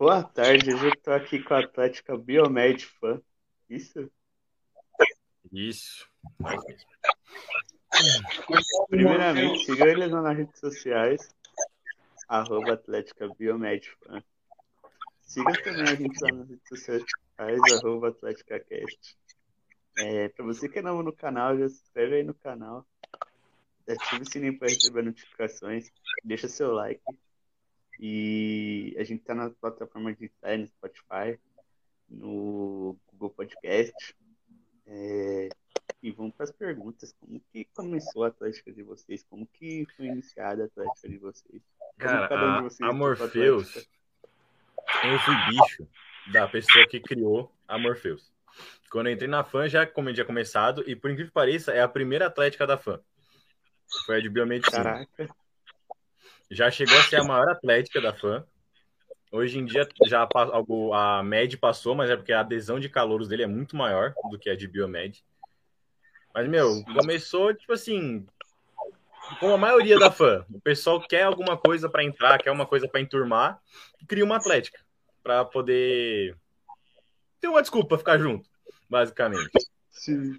Boa tarde, hoje eu tô aqui com a Atlética Biomed Fan. Isso? Isso, nós mesmo. Primeiramente, sigam eles nas redes sociais, Atlética Biomed Fan. Siga também a gente lá nas redes sociais, AtléticaCast. Pra você que é novo no canal, já se inscreve aí no canal, ative o sininho para receber notificações, deixa seu like. E a gente tá na plataforma digital, no Spotify, no Google Podcast. E vamos para as perguntas. Como que começou a Atlética de vocês? Como que foi iniciada a Atlética de vocês? Como Cara, cada um de a vocês entrou para a Atlética? Morpheus, eu fui bicho da pessoa que criou a Morpheus. Quando eu entrei na FAN, já como eu tinha começado, e por incrível que pareça, é a primeira Atlética da FAN. Foi a de biomedicina. Caraca, Já chegou a ser a maior Atlética da FAN. Hoje em dia, a Med passou, mas é porque a adesão de calouros dele é muito maior do que a de Biomed. Mas, meu, começou, tipo assim, como a maioria da fã, o pessoal quer alguma coisa para entrar, quer uma coisa para enturmar, e cria uma Atlética para poder ter uma desculpa pra ficar junto, basicamente. sim.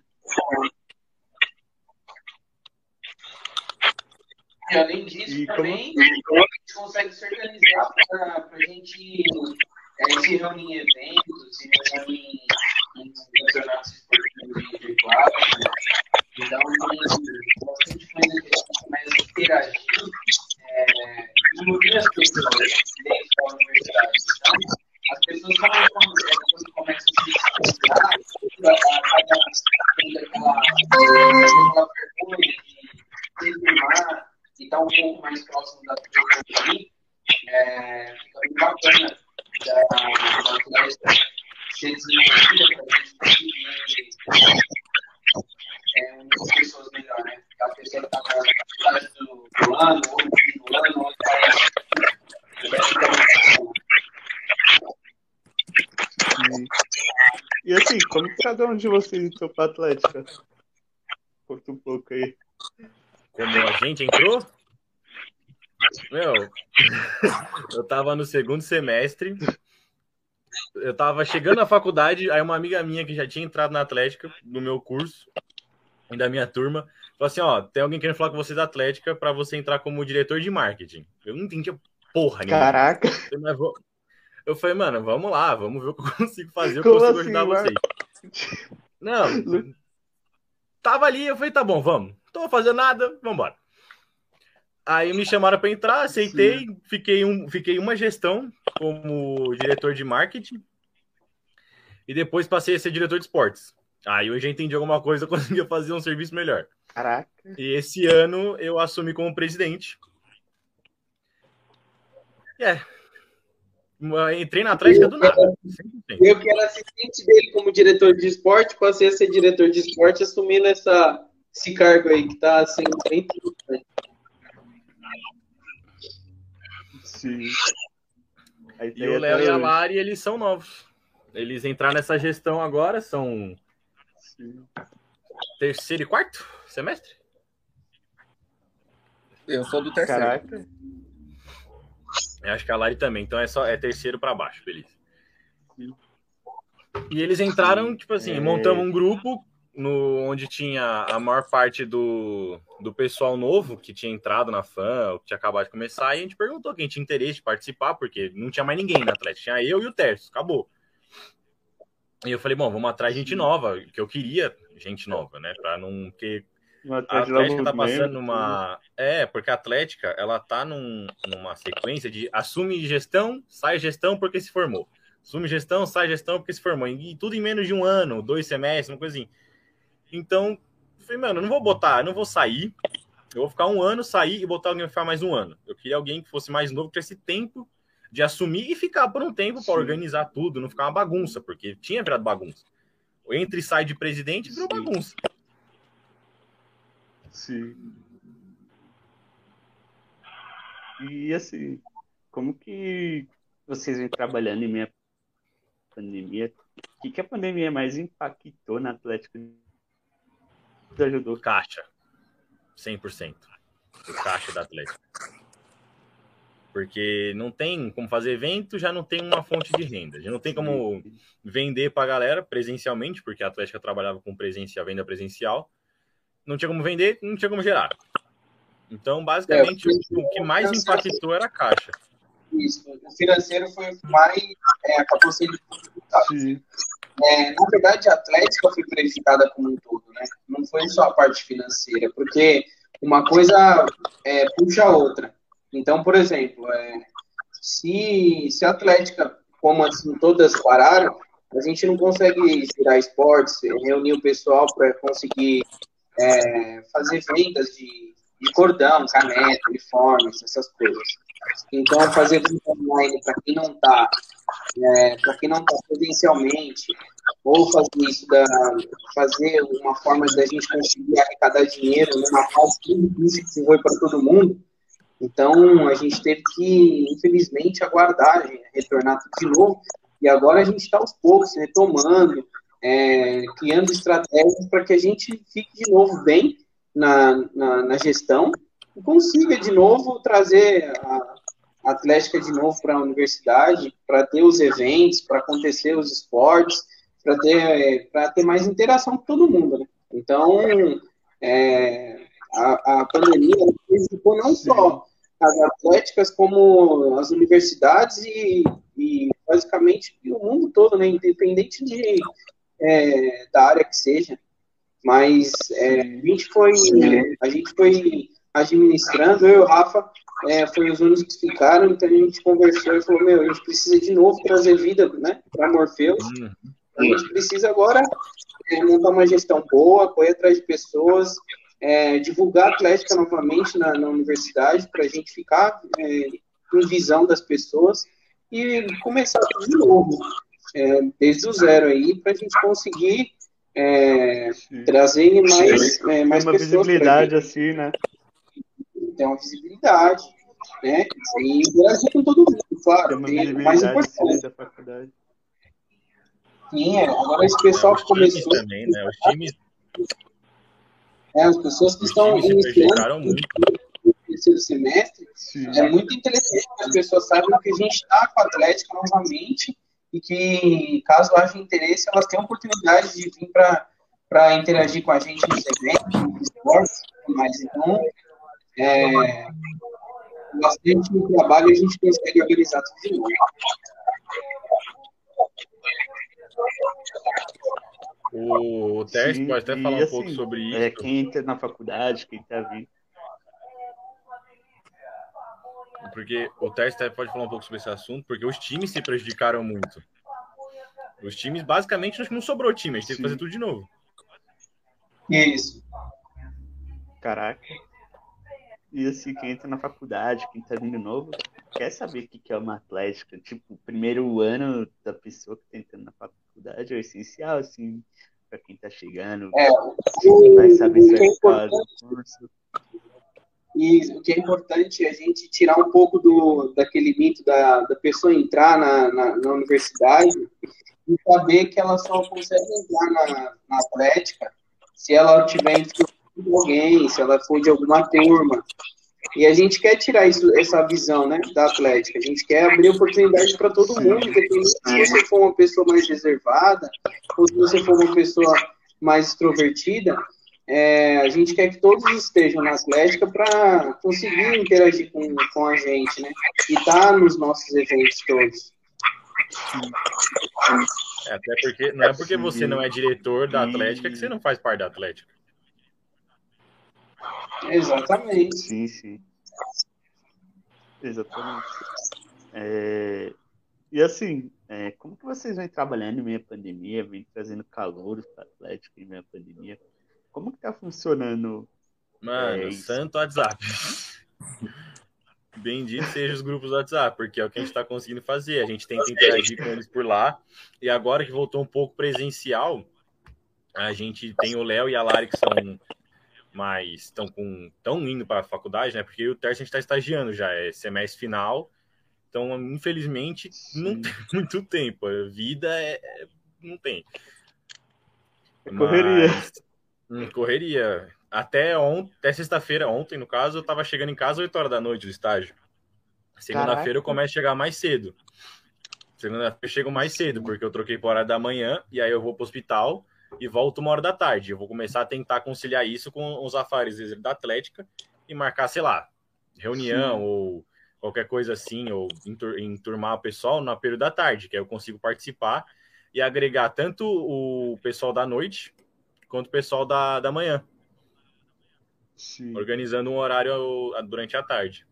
E além disso, E também a gente consegue se organizar para a gente se reunir em eventos, se reunir em campeonatos esportivos virtuais. Então, tem bastante coisa que a gente começa a interagir e unir as pessoas dentro da universidade. Então, as pessoas começam a se encontrar, acaba tendo aquela vergonha de se firmar e estar um pouco mais próximo da pessoa ali, fica bem bacana da floresta ser desenvolvida para a gente conseguir unir as pessoas melhor, né? A pessoa que está na metade do ano, ou no fim do ano, ou vai ficar muito. E assim, como que cada um de vocês entrou para a Atlética? Conta um pouco aí. Como a gente entrou? Meu, eu tava no segundo semestre, eu tava chegando na faculdade, aí uma amiga minha que já tinha entrado na Atlética, no meu curso, e da minha turma, falou assim, ó, tem alguém querendo falar com você da Atlética para você entrar como diretor de marketing. Eu não entendia porra nenhuma. Caraca! Eu falei, mano, vamos lá, vamos ver o que eu consigo fazer, eu Como consigo assim, ajudar vocês. Não, tava ali, eu falei, tá bom, vamos. Não tô fazendo nada, vambora. Aí me chamaram para entrar, aceitei, fiquei uma gestão como diretor de marketing e depois passei a ser diretor de esportes. Aí eu já entendi alguma coisa, eu conseguia fazer um serviço melhor. Caraca! E esse ano eu assumi como presidente. Entrei na Atlética do nada. 100%. Eu que era assistente dele como diretor de esporte, passei a ser diretor de esporte, assumindo esse cargo aí, que tá sendo bem interessante. Sim. E o Léo e a Lari, eles são novos. Eles entraram nessa gestão agora, são terceiro e quarto semestre? Eu sou do terceiro. Caraca! Eu acho que a Lari também, então é terceiro para baixo, beleza. E eles entraram, tipo assim, montamos um grupo onde tinha a maior parte do pessoal novo que tinha entrado na FAN, que tinha acabado de começar, e a gente perguntou quem tinha interesse de participar, porque não tinha mais ninguém na Atlética, tinha eu e o Terço, acabou. E eu falei, bom, vamos atrás de gente nova, que eu queria gente nova, né, pra não... Porque a Atlética tá passando numa... porque a Atlética, ela tá numa sequência de assume gestão, sai gestão porque se formou. Assume gestão, sai gestão porque se formou. E tudo em menos de um ano, 2 semestres, uma coisa assim. Então, eu falei, mano, eu não vou sair, eu vou ficar um ano, sair e botar alguém pra ficar mais um ano. Eu queria alguém que fosse mais novo, que tivesse tempo de assumir e ficar por um tempo para organizar tudo, não ficar uma bagunça, porque tinha virado bagunça. O entra e sai de presidente virou bagunça. Sim. E assim, como que vocês vêm trabalhando em meio à pandemia? O que a pandemia mais impactou na Atlética? Ajudou? Caixa. 100%. O caixa da Atlética. Porque não tem como fazer evento, já não tem uma fonte de renda. Já não tem como vender para a galera presencialmente, porque a Atlética trabalhava com venda presencial. Não tinha como vender, não tinha como gerar. Então, basicamente, o que mais impactou era a caixa. Isso, o financeiro foi o que mais acabou sendo prejudicado. Na verdade, a Atlética foi prejudicada como um todo, né? Não foi só a parte financeira, porque uma coisa puxa a outra. Então, por exemplo, se a Atlética, como assim, todas pararam, a gente não consegue girar esportes, reunir o pessoal para conseguir fazer vendas de cordão, caneta, uniformes, essas coisas. Então, fazer venda online para quem não está presencialmente, ou fazer uma forma da gente conseguir arrecadar dinheiro numa fase muito difícil que foi para todo mundo. Então, a gente teve que, infelizmente, aguardar, retornar tudo de novo. E agora a gente está aos poucos retomando, criando estratégias para que a gente fique de novo bem na gestão e consiga de novo trazer a Atlética de novo para a universidade, para ter os eventos, para acontecer os esportes, para ter mais interação com todo mundo, né? Então, a pandemia prejudicou não só as atléticas, como as universidades e basicamente o mundo todo, né? Independente da área que seja. Mas a gente foi administrando, eu e o Rafa foi os únicos que ficaram, então a gente conversou e falou, a gente precisa de novo trazer vida, né, para Morpheus. A gente precisa agora montar uma gestão boa, correr atrás de pessoas, divulgar a Atlética novamente na universidade, para a gente ficar em visão das pessoas e começar tudo de novo, desde o zero aí, para a gente conseguir trazer mais uma pessoas. Visibilidade assim, né? Tem uma visibilidade, né? E interagir com todo mundo, claro. Tem uma visibilidade mais importante da faculdade. Sim, agora esse pessoal que começou. Também, né? Os times. As pessoas que estão iniciando no terceiro semestre, é muito interessante que as pessoas saibam que a gente está com a Atlética novamente e que, caso haja interesse, elas têm a oportunidade de vir para interagir com a gente nos eventos, nos esportes, mas então, bastante no trabalho a gente consegue organizar tudo de novo. O Tércio pode até falar um pouco sobre isso. Quem entra na faculdade, quem está vindo. Porque o Tércio até pode falar um pouco sobre esse assunto, porque os times se prejudicaram muito. Os times, basicamente, não sobrou time, a gente teve que fazer tudo de novo. Isso. Caraca. E assim, quem entra na faculdade, quem tá vindo novo, quer saber o que é uma atlética. Tipo, o primeiro ano da pessoa que tá entrando na faculdade é essencial, assim, pra quem tá chegando. Vai saber se vai ficar no curso. E o que é importante é a gente tirar um pouco daquele mito da pessoa entrar na universidade e saber que ela só consegue entrar na atlética se ela tiver com alguém, se ela for de alguma turma. E a gente quer tirar essa visão, né, da Atlética. A gente quer abrir oportunidade para todo mundo, independente se você for uma pessoa mais reservada ou se você for uma pessoa mais extrovertida. A gente quer que todos estejam na Atlética para conseguir interagir com a gente, né? E estar nos nossos eventos todos. Até porque não é porque você não é diretor da Atlética que você não faz parte da Atlética. Exatamente. Sim. Exatamente. E assim, como que vocês vêm trabalhando em meio à pandemia, vêm trazendo calor para a Atlética em meio à pandemia? Como que tá funcionando? Mano, santo WhatsApp. Bendito seja os grupos do WhatsApp, porque é o que a gente está conseguindo fazer. A gente tenta interagir com eles por lá. E agora que voltou um pouco presencial, a gente tem o Léo e a Lari que estão indo para a faculdade, né? Porque o Tércio a gente está estagiando já, é semestre final. Então, infelizmente, não tem muito tempo. A vida não tem. Correria. Correria. Até sexta-feira, ontem, no caso, eu tava chegando em casa 8 horas da noite do estágio. Segunda-feira eu começo a chegar mais cedo. Segunda-feira eu chego mais cedo, porque eu troquei para horário da manhã, e aí eu vou para o hospital e volto 1h da tarde. Eu vou começar a tentar conciliar isso com os afazeres da Atlética e marcar, sei lá, reunião ou qualquer coisa assim, ou enturmar o pessoal no período da tarde, que aí eu consigo participar e agregar tanto o pessoal da noite quanto o pessoal da manhã. Sim. Organizando um horário durante a tarde.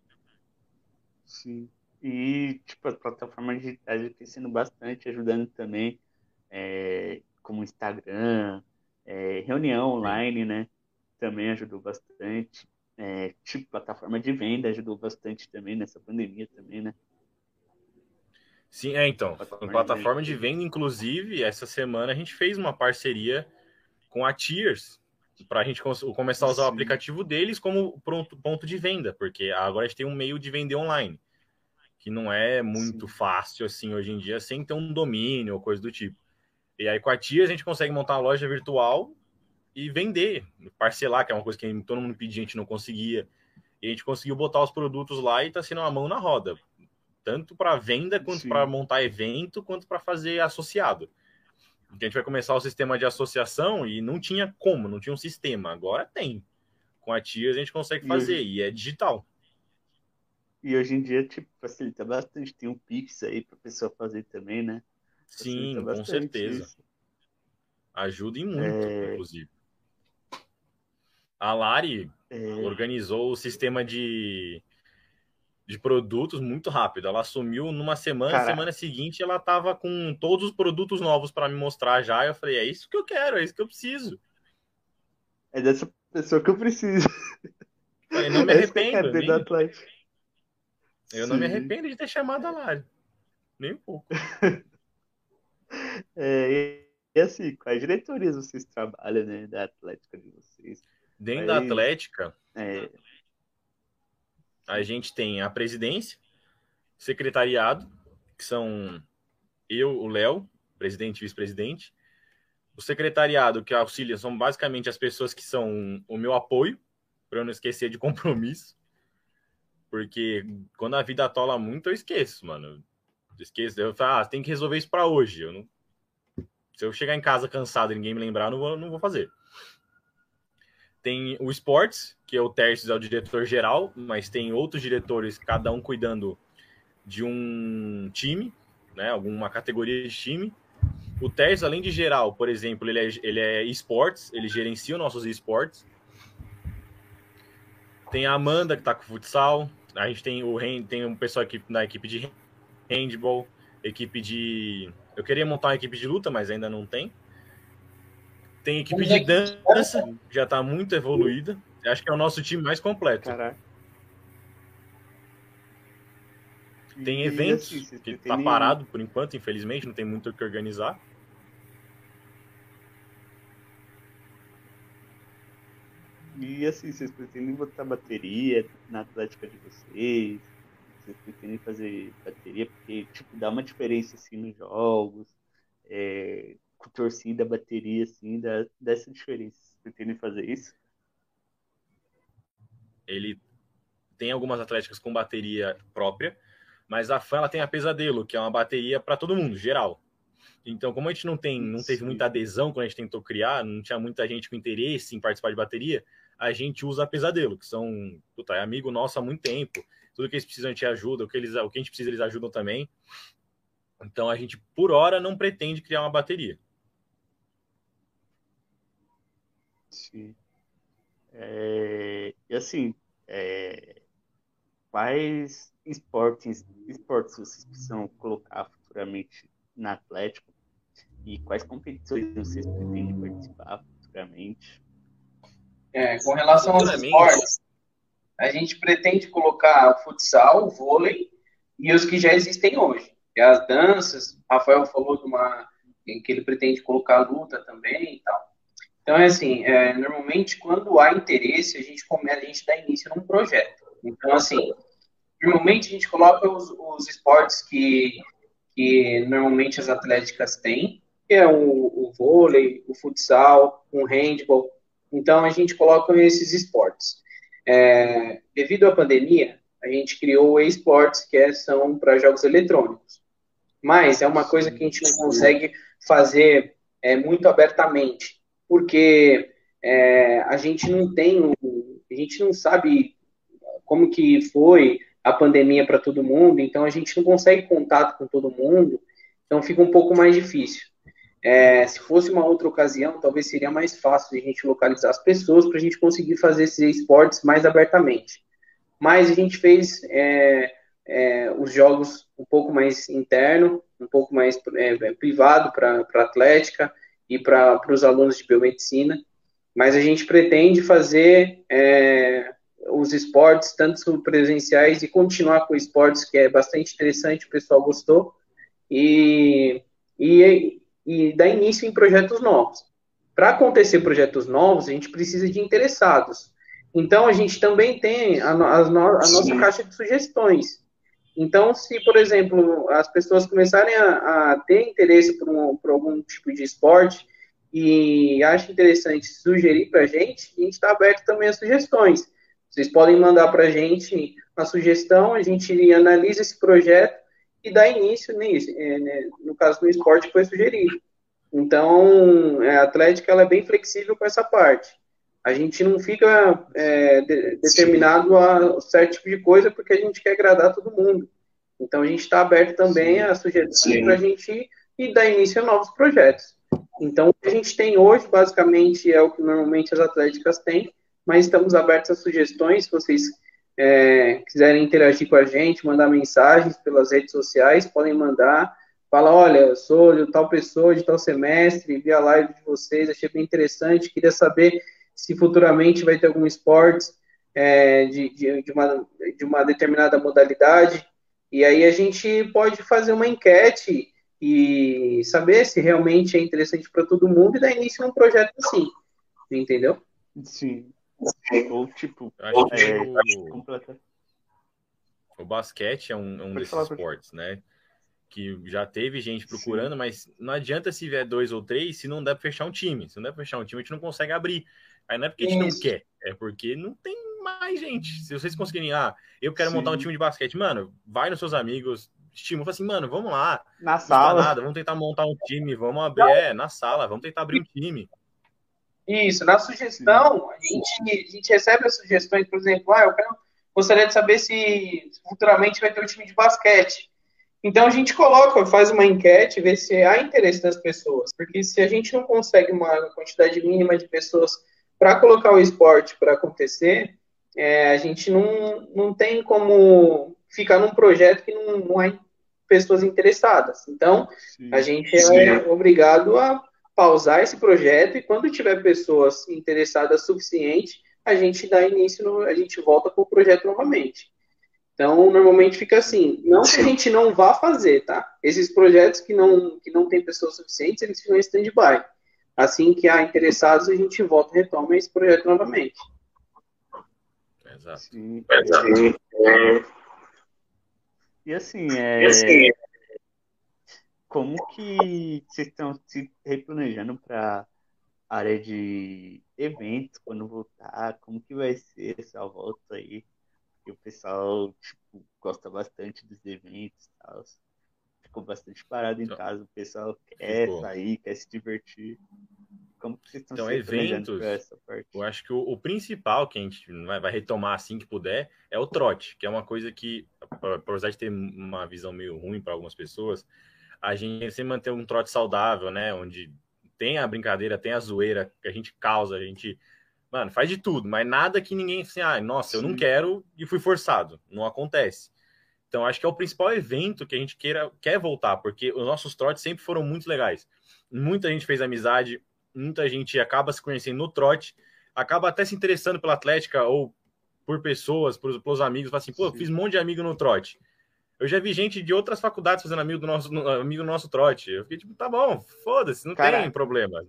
Sim. E, tipo, as plataformas digitais estão crescendo bastante, ajudando também, como Instagram, reunião online, né? Também ajudou bastante. Tipo, plataforma de venda ajudou bastante também nessa pandemia também, né? Sim, então. Plataforma de venda, inclusive, essa semana a gente fez uma parceria com a Tiers para a gente começar a usar o aplicativo deles como ponto de venda, porque agora a gente tem um meio de vender online, que não é muito fácil assim hoje em dia, sem ter um domínio ou coisa do tipo. E aí com a Tiers a gente consegue montar uma loja virtual e vender, parcelar, que é uma coisa que todo mundo pedia, a gente não conseguia. E a gente conseguiu botar os produtos lá e está sendo uma mão na roda, tanto para venda, quanto para montar evento, quanto para fazer associado. A gente vai começar o sistema de associação e não tinha como, não tinha um sistema. Agora tem. Com a Tiers a gente consegue fazer e é digital. E hoje em dia, tipo, facilita bastante. Tem um Pix aí para a pessoa fazer também, né? Sim, com certeza. Isso. Ajuda em muito, inclusive. A Lari organizou o sistema de produtos muito rápido. Ela assumiu numa semana, semana seguinte ela tava com todos os produtos novos para me mostrar já. Eu falei, é isso que eu quero, é isso que eu preciso. É dessa pessoa que eu preciso. Falei, não me arrependo. Eu não me arrependo de ter chamado a Lari. Nem um pouco. E assim, quais diretorias vocês trabalham, né, da Atlética de vocês? Dentro da Atlética, a gente tem a presidência, secretariado, que são eu, o Léo, presidente e vice-presidente. O secretariado, que auxilia, são basicamente as pessoas que são o meu apoio, para eu não esquecer de compromisso. Porque quando a vida atola muito, eu esqueço, mano. Eu esqueço. Eu falo, tem que resolver isso para hoje. Se eu chegar em casa cansado e ninguém me lembrar, não vou fazer. Tem o esportes, que é o Tércio, é o diretor-geral, mas tem outros diretores, cada um cuidando de um time, né, alguma categoria de time. O Tércio, além de geral, por exemplo, ele é esportes, ele gerencia os nossos esportes. Tem a Amanda, que está com futsal. A gente tem um pessoal aqui na equipe de handball, equipe de... Eu queria montar uma equipe de luta, mas ainda não tem. Tem equipe de dança, já está muito evoluída. Acho que é o nosso time mais completo. Caraca. Tem eventos, assim, que está parado por enquanto, infelizmente, não tem muito o que organizar. E assim, vocês pretendem botar bateria na Atlética de vocês? Vocês pretendem fazer bateria? Porque, tipo, dá uma diferença, assim, nos jogos. Com torcida, bateria, assim, dá essa diferença. Vocês pretendem fazer isso? Ele tem algumas atléticas com bateria própria, mas a FAN ela tem a Pesadelo, que é uma bateria para todo mundo, geral. Então, como a gente não teve muita adesão quando a gente tentou criar, não tinha muita gente com interesse em participar de bateria, a gente usa a Pesadelo, que são, é amigo nosso há muito tempo. Tudo que eles precisam a gente ajuda, o que a gente precisa eles ajudam também. Então, a gente, por hora, não pretende criar uma bateria. Sim. E assim, quais esportes vocês precisam colocar futuramente na Atlético? E quais competições vocês pretendem participar futuramente? Com relação aos esportes, a gente pretende colocar o futsal, o vôlei e os que já existem hoje. Que é as danças, o Rafael falou que ele pretende colocar a luta também e tal. Então, assim, normalmente quando há interesse, a gente dá início num projeto. Então, assim, normalmente a gente coloca os esportes que normalmente as atléticas têm, que é o vôlei, o futsal, o handball. Então, a gente coloca esses esportes. Devido à pandemia, a gente criou o eSports, que são para jogos eletrônicos. Mas é uma coisa que a gente não consegue fazer muito abertamente, porque a gente não sabe como que foi a pandemia para todo mundo, então a gente não consegue contato com todo mundo, então fica um pouco mais difícil. Se fosse uma outra ocasião, talvez seria mais fácil de a gente localizar as pessoas para a gente conseguir fazer esses esportes mais abertamente. Mas a gente fez os jogos um pouco mais interno, um pouco mais privado para a atlética e para os alunos de biomedicina. Mas a gente pretende fazer os esportes, tanto presenciais, e continuar com esportes, que é bastante interessante, o pessoal gostou, e dar início em projetos novos. Para acontecer projetos novos, a gente precisa de interessados. Então, a gente também tem a nossa caixa de sugestões. Então, se, por exemplo, as pessoas começarem a ter interesse por algum tipo de esporte e acham interessante sugerir para a gente está aberto também a sugestões. Vocês podem mandar para a gente uma sugestão, a gente analisa esse projeto e dá início nisso, no caso do esporte que foi sugerido. Então, a Atlética ela é bem flexível com essa parte. A gente não fica determinado a certo tipo de coisa porque a gente quer agradar todo mundo. Então, a gente está aberto também a sugestões para a gente ir dar início a novos projetos. Então, o que a gente tem hoje, basicamente, é o que normalmente as atléticas têm, mas estamos abertos a sugestões. Se vocês quiserem interagir com a gente, mandar mensagens pelas redes sociais, podem mandar. Fala, olha, eu sou de tal pessoa, de tal semestre, vi a live de vocês, achei bem interessante, queria saber se futuramente vai ter algum esporte de uma determinada modalidade, e aí a gente pode fazer uma enquete e saber se realmente é interessante para todo mundo e dar início a um projeto assim, entendeu? Sim. Ou tipo, acho que o basquete é um desses esportes, né? Que já teve gente procurando, sim, mas não adianta se vier 2 ou 3 se não der para fechar um time. Se não der para fechar um time, a gente não consegue abrir. Aí não é porque a gente não quer, é porque não tem mais gente. Se vocês conseguirem, eu quero montar um time de basquete, mano, vai nos seus amigos, estimula, fala assim, mano, vamos lá. Na sala. Nada, vamos tentar montar um time, vamos abrir, na sala, vamos tentar abrir um time. Isso, na sugestão, a gente recebe as sugestões, por exemplo, gostaria de saber se futuramente vai ter um time de basquete. Então a gente faz uma enquete, vê se há interesse das pessoas, porque se a gente não consegue uma quantidade mínima de pessoas para colocar o esporte para acontecer, a gente não tem como ficar num projeto que não há pessoas interessadas. Então, sim, a gente é obrigado a pausar esse projeto e quando tiver pessoas interessadas suficiente, a gente dá início, a gente volta com o projeto novamente. Então, normalmente fica assim, não que a gente não vá fazer, tá? Esses projetos que não tem pessoas suficientes, eles ficam em stand-by. Assim que há interessados, a gente volta e retoma esse projeto novamente. Exato. Sim, E assim, como que vocês estão se replanejando para a área de eventos quando voltar? Como que vai ser essa volta aí? E o pessoal gosta bastante dos eventos e tal. Ficou bastante parado em casa. O pessoal quer sair, quer se divertir. Como que vocês estão se planejando para essa parte? Eu acho que o principal que a gente vai retomar assim que puder é o trote, que é uma coisa que, apesar de ter uma visão meio ruim para algumas pessoas, a gente sempre manter um trote saudável, né? Onde tem a brincadeira, tem a zoeira, que a gente causa, a gente... Mano, faz de tudo, mas nada que ninguém assim, nossa, eu não quero e fui forçado. Não acontece. Então, acho que é o principal evento que a gente quer voltar, porque os nossos trotes sempre foram muito legais. Muita gente fez amizade, muita gente acaba se conhecendo no trote, acaba até se interessando pela Atlética ou por pessoas, pelos amigos, fala assim, pô, fiz um monte de amigo no trote. Eu já vi gente de outras faculdades fazendo amigo do nosso trote. Eu fiquei tipo, tá bom, foda-se, não tem problema.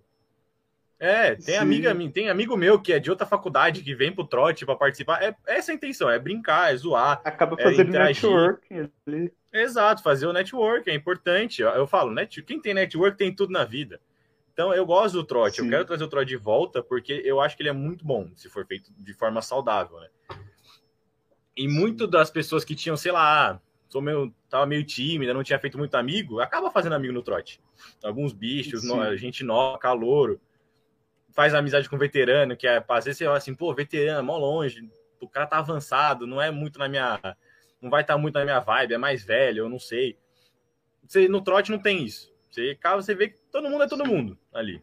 Tem amigo meu que é de outra faculdade que vem pro trote para participar. Essa é a intenção, é brincar, é zoar. Acaba fazendo networking ali. Exato, fazer o network é importante. Eu falo, quem tem network tem tudo na vida. Então eu gosto do trote, eu quero trazer o trote de volta porque eu acho que ele é muito bom se for feito de forma saudável, né? E muito das pessoas que tinham, sei lá, tava meio tímida, não tinha feito muito amigo, acaba fazendo amigo no trote. Alguns bichos, gente nova, calouro, faz amizade com veterano, que é, às vezes você olha assim, pô, veterano, mó longe, o cara tá avançado, não é muito na minha... Não vai estar muito na minha vibe, é mais velho, eu não sei. No trote não tem isso. Você vê que todo mundo é todo mundo ali.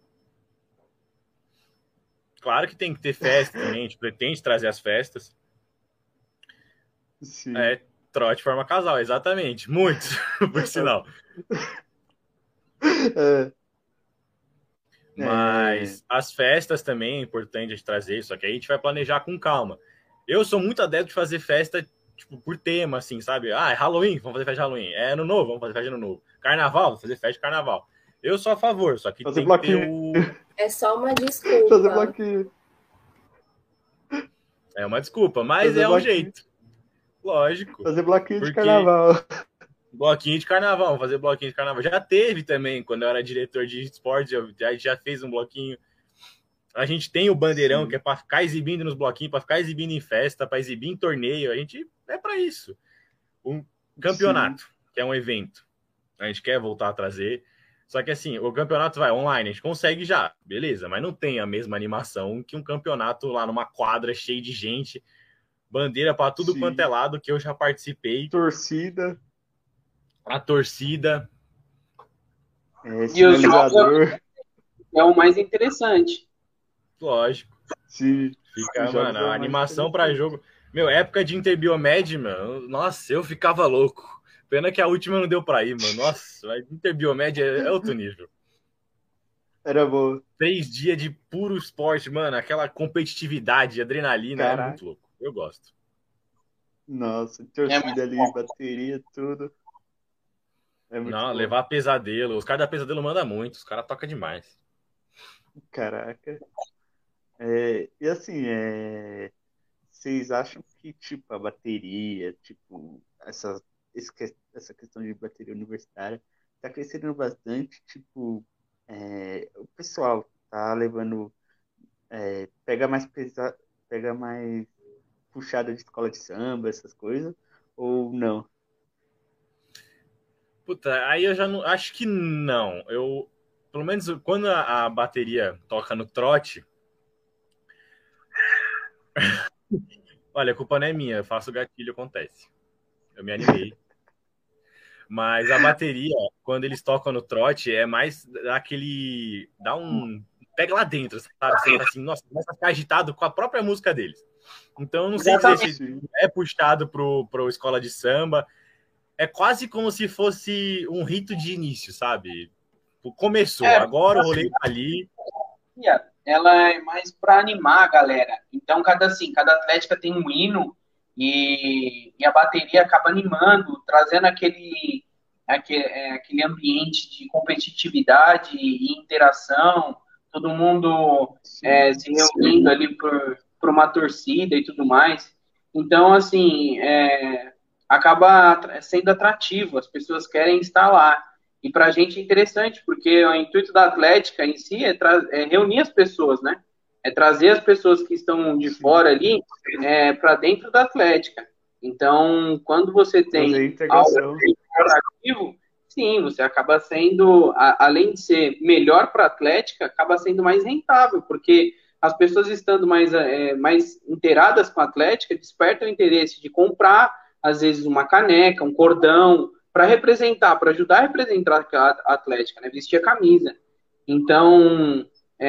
Claro que tem que ter festa também, a gente pretende trazer as festas. Sim. Trote forma casal, exatamente. Muitos, por sinal. Mas as festas também é importante a gente trazer, só que aí a gente vai planejar com calma. Eu sou muito adepto de fazer festa tipo, por tema, assim, sabe? Ah, é Halloween, vamos fazer festa de Halloween. É Ano Novo, vamos fazer festa de Ano Novo. Carnaval, vamos fazer festa de Carnaval. Eu sou a favor, só que fazer tem bloquinho. que ter o... É só uma desculpa. Fazer bloquinho. É uma desculpa, mas fazer é bloquinho. Um jeito. Lógico. Fazer bloquinho de carnaval. Bloquinho de carnaval, vamos fazer bloquinho de carnaval. Já teve também, quando eu era diretor de esportes, já fez um bloquinho. A gente tem o bandeirão, sim, que é para ficar exibindo nos bloquinhos, para ficar exibindo em festa, para exibir em torneio. A gente é para isso. Um campeonato, sim, que é um evento. A gente quer voltar a trazer. Só que assim, o campeonato vai online, a gente consegue já, beleza, mas não tem a mesma animação que um campeonato lá numa quadra cheia de gente, bandeira para tudo, sim, quanto é lado, que eu já participei. Torcida. A torcida. E o jogo é o mais interessante. Lógico. Sim. Fica, mano, a animação para jogo. Meu, época de Interbiomed, mano, nossa, eu ficava louco. Pena que a última não deu pra ir, mano. Nossa, Interbiomed é outro nível. Era bom. 3 dias de puro esporte, mano. Aquela competitividade, adrenalina, caraca, é muito louco. Eu gosto. Nossa, torcida ali, bateria, tudo. É muito bom. Levar pesadelo. Os caras da pesadelo mandam muito. Os caras tocam demais. Caraca. E assim, vocês acham que, tipo, a bateria, tipo, essa questão de bateria universitária tá crescendo bastante, tipo, o pessoal tá levando, pega mais puxada de escola de samba, essas coisas, ou não? Puta, aí eu já não, acho que não. Pelo menos quando a bateria toca no trote, olha, a culpa não é minha, eu faço gatilho, acontece. Eu me animei. Mas a bateria, quando eles tocam no trote, é mais aquele... pega lá dentro, sabe? Você assim, nossa, começa a ficar agitado com a própria música deles. Então, eu não sei dizer se é puxado pro escola de samba. É quase como se fosse um rito de início, sabe? Começou, agora o rolê tá ali. Ela é mais para animar a galera. Então, cada atlética tem um hino e a bateria acaba animando, trazendo aquele ambiente de competitividade e interação, todo mundo se reunindo ali por uma torcida e tudo mais. Então, assim, acaba sendo atrativo, as pessoas querem estar lá. E para a gente é interessante, porque o intuito da Atlética em si é reunir as pessoas, né? É trazer as pessoas que estão de fora ali para dentro da Atlética. Então, quando você tem algo atrativo, sim, você acaba sendo, além de ser melhor para a Atlética, acaba sendo mais rentável, porque as pessoas estando mais inteiradas com a Atlética despertam o interesse de comprar, às vezes, uma caneca, um cordão, para representar, para ajudar a representar a Atlética, né? Vestir a camisa. Então,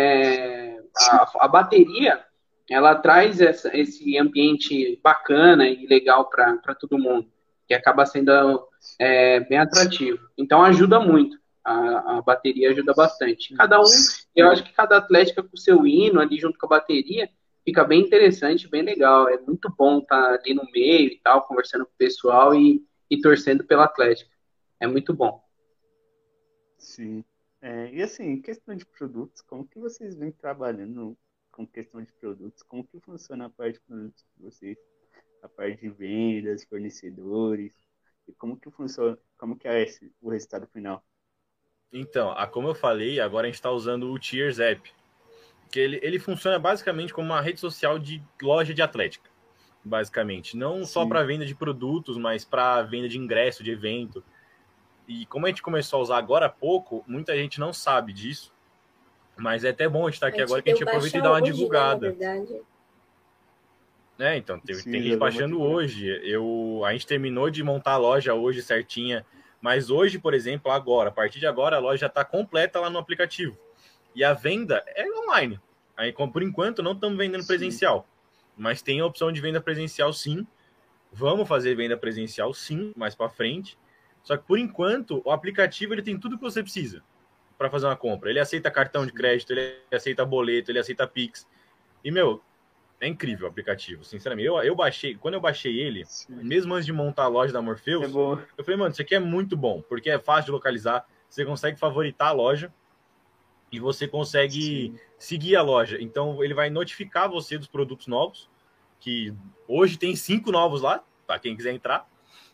a bateria, ela traz esse ambiente bacana e legal para todo mundo, que acaba sendo bem atrativo. Então, ajuda muito. A bateria ajuda bastante. Eu acho que cada atlética com o seu hino ali junto com a bateria fica bem interessante, bem legal. É muito bom estar ali no meio e tal, conversando com o pessoal e torcendo pela Atlética. É muito bom. Sim. E assim, questão de produtos, como que vocês vêm trabalhando com questão de produtos? Como que funciona a parte de produtos de vocês? A parte de vendas, fornecedores, e como que funciona, como que é o resultado final? Então, como eu falei, agora a gente está usando o Cheers App, que ele funciona basicamente como uma rede social de loja de atlética. basicamente. Não Sim. só para venda de produtos, mas para venda de ingresso, de evento. E como a gente começou a usar agora há pouco, muita gente não sabe disso. Mas é até bom a gente estar aqui agora, que a gente aproveita e dá uma divulgada. Né, na verdade. Então, tem Sim, gente baixando hoje. A gente terminou de montar a loja hoje certinha. Mas hoje, por exemplo, agora, a partir de agora, a loja já está completa lá no aplicativo. E a venda é online. Aí, por enquanto, não estamos vendendo presencial. Mas tem a opção de venda presencial, sim. Vamos fazer venda presencial, sim, mais para frente. Só que, por enquanto, o aplicativo ele tem tudo que você precisa para fazer uma compra. Ele aceita cartão de crédito, ele aceita boleto, ele aceita Pix. E, é incrível o aplicativo, sinceramente. Eu baixei, quando eu baixei ele, mesmo antes de montar a loja da Morpheus, eu falei, mano, isso aqui é muito bom, porque é fácil de localizar, você consegue favoritar a loja e você consegue seguir a loja. Então, ele vai notificar você dos produtos novos, que hoje tem 5 novos lá, para quem quiser entrar.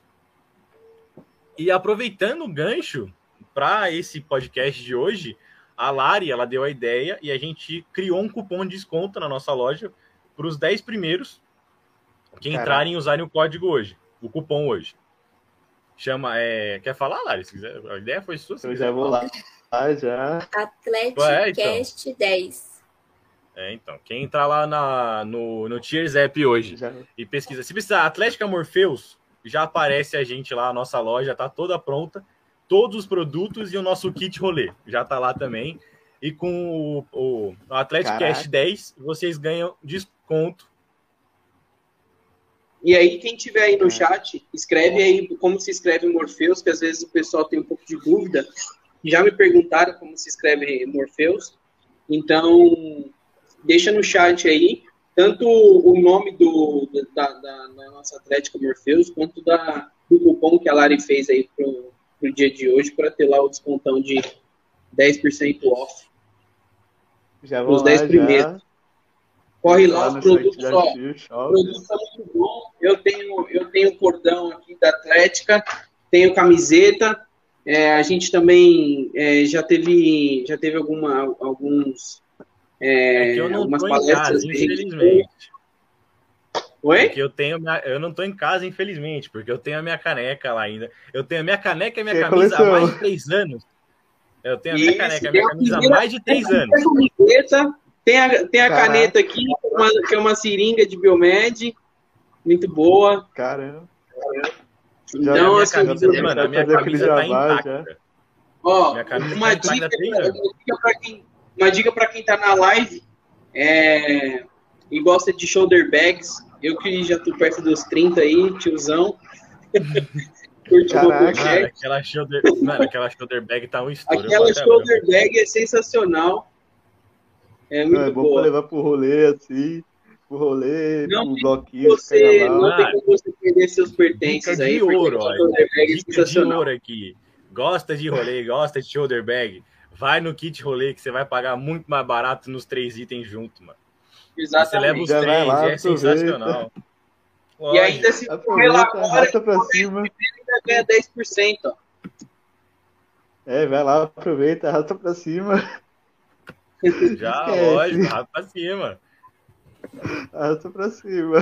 E aproveitando o gancho para esse podcast de hoje, a Lari, ela deu a ideia e a gente criou um cupom de desconto na nossa loja para os 10 primeiros que entrarem e usarem o código hoje, o cupom hoje. Chama, quer falar, Lari? Se quiser, a ideia foi sua. Eu já vou lá, já. Atleticast 10. Então, quem entrar lá no Cheers App hoje e pesquisa, se precisar Atlética Morpheus, já aparece a gente lá, a nossa loja tá toda pronta, todos os produtos e o nosso kit rolê já tá lá também. E com o Atleticast 10, vocês ganham desconto. E aí, quem tiver aí no chat, escreve aí como se escreve Morpheus, que às vezes o pessoal tem um pouco de dúvida. Já me perguntaram como se escreve Morpheus. Então, deixa no chat aí, tanto o nome da nossa Atlética Morpheus, quanto do cupom que a Lari fez aí pro dia de hoje, para ter lá o descontão de 10% off. Já vou os 10 primeiros. Corre lá, os produtos, produtos são muito bons. Eu tenho cordão aqui da Atlética, tenho camiseta. A gente também já teve alguns que eu não algumas tô palestras, em casa, infelizmente. Oi? Porque eu não tô em casa, infelizmente, porque eu tenho a minha caneca lá ainda. Eu tenho a minha caneca e a minha camisa há mais de 3 anos. Eu tenho a minha caneca e a minha camisa há mais de 3 anos. Tem a caneta aqui, que é uma seringa de Biomed, muito boa. Caramba. Então, assim, a minha camisa tá intacta. Ó, uma dica para quem tá na live e gosta de shoulder bags, eu que já tô perto dos 30 aí, tiozão. Caraca, aquela shoulder bag tá um estouro. Aquela shoulder bag é sensacional. É muito bom boa. pra levar pro rolê, assim. Pro rolê, não pro bloquinho. Não tem como você perder seus pertences dica aí. De ouro, dica de ouro aqui. Gosta de rolê, gosta de shoulder bag? Vai no kit rolê que você vai pagar muito mais barato nos 3 itens junto, mano. Exatamente. Você leva os 3 lá, é sensacional. E ainda se correr lá agora, pra cima. ainda ganha 10%. Ó. Vai lá, aproveita, arrasta pra cima. Já, lógico, arrasta pra cima. Arrasta pra cima.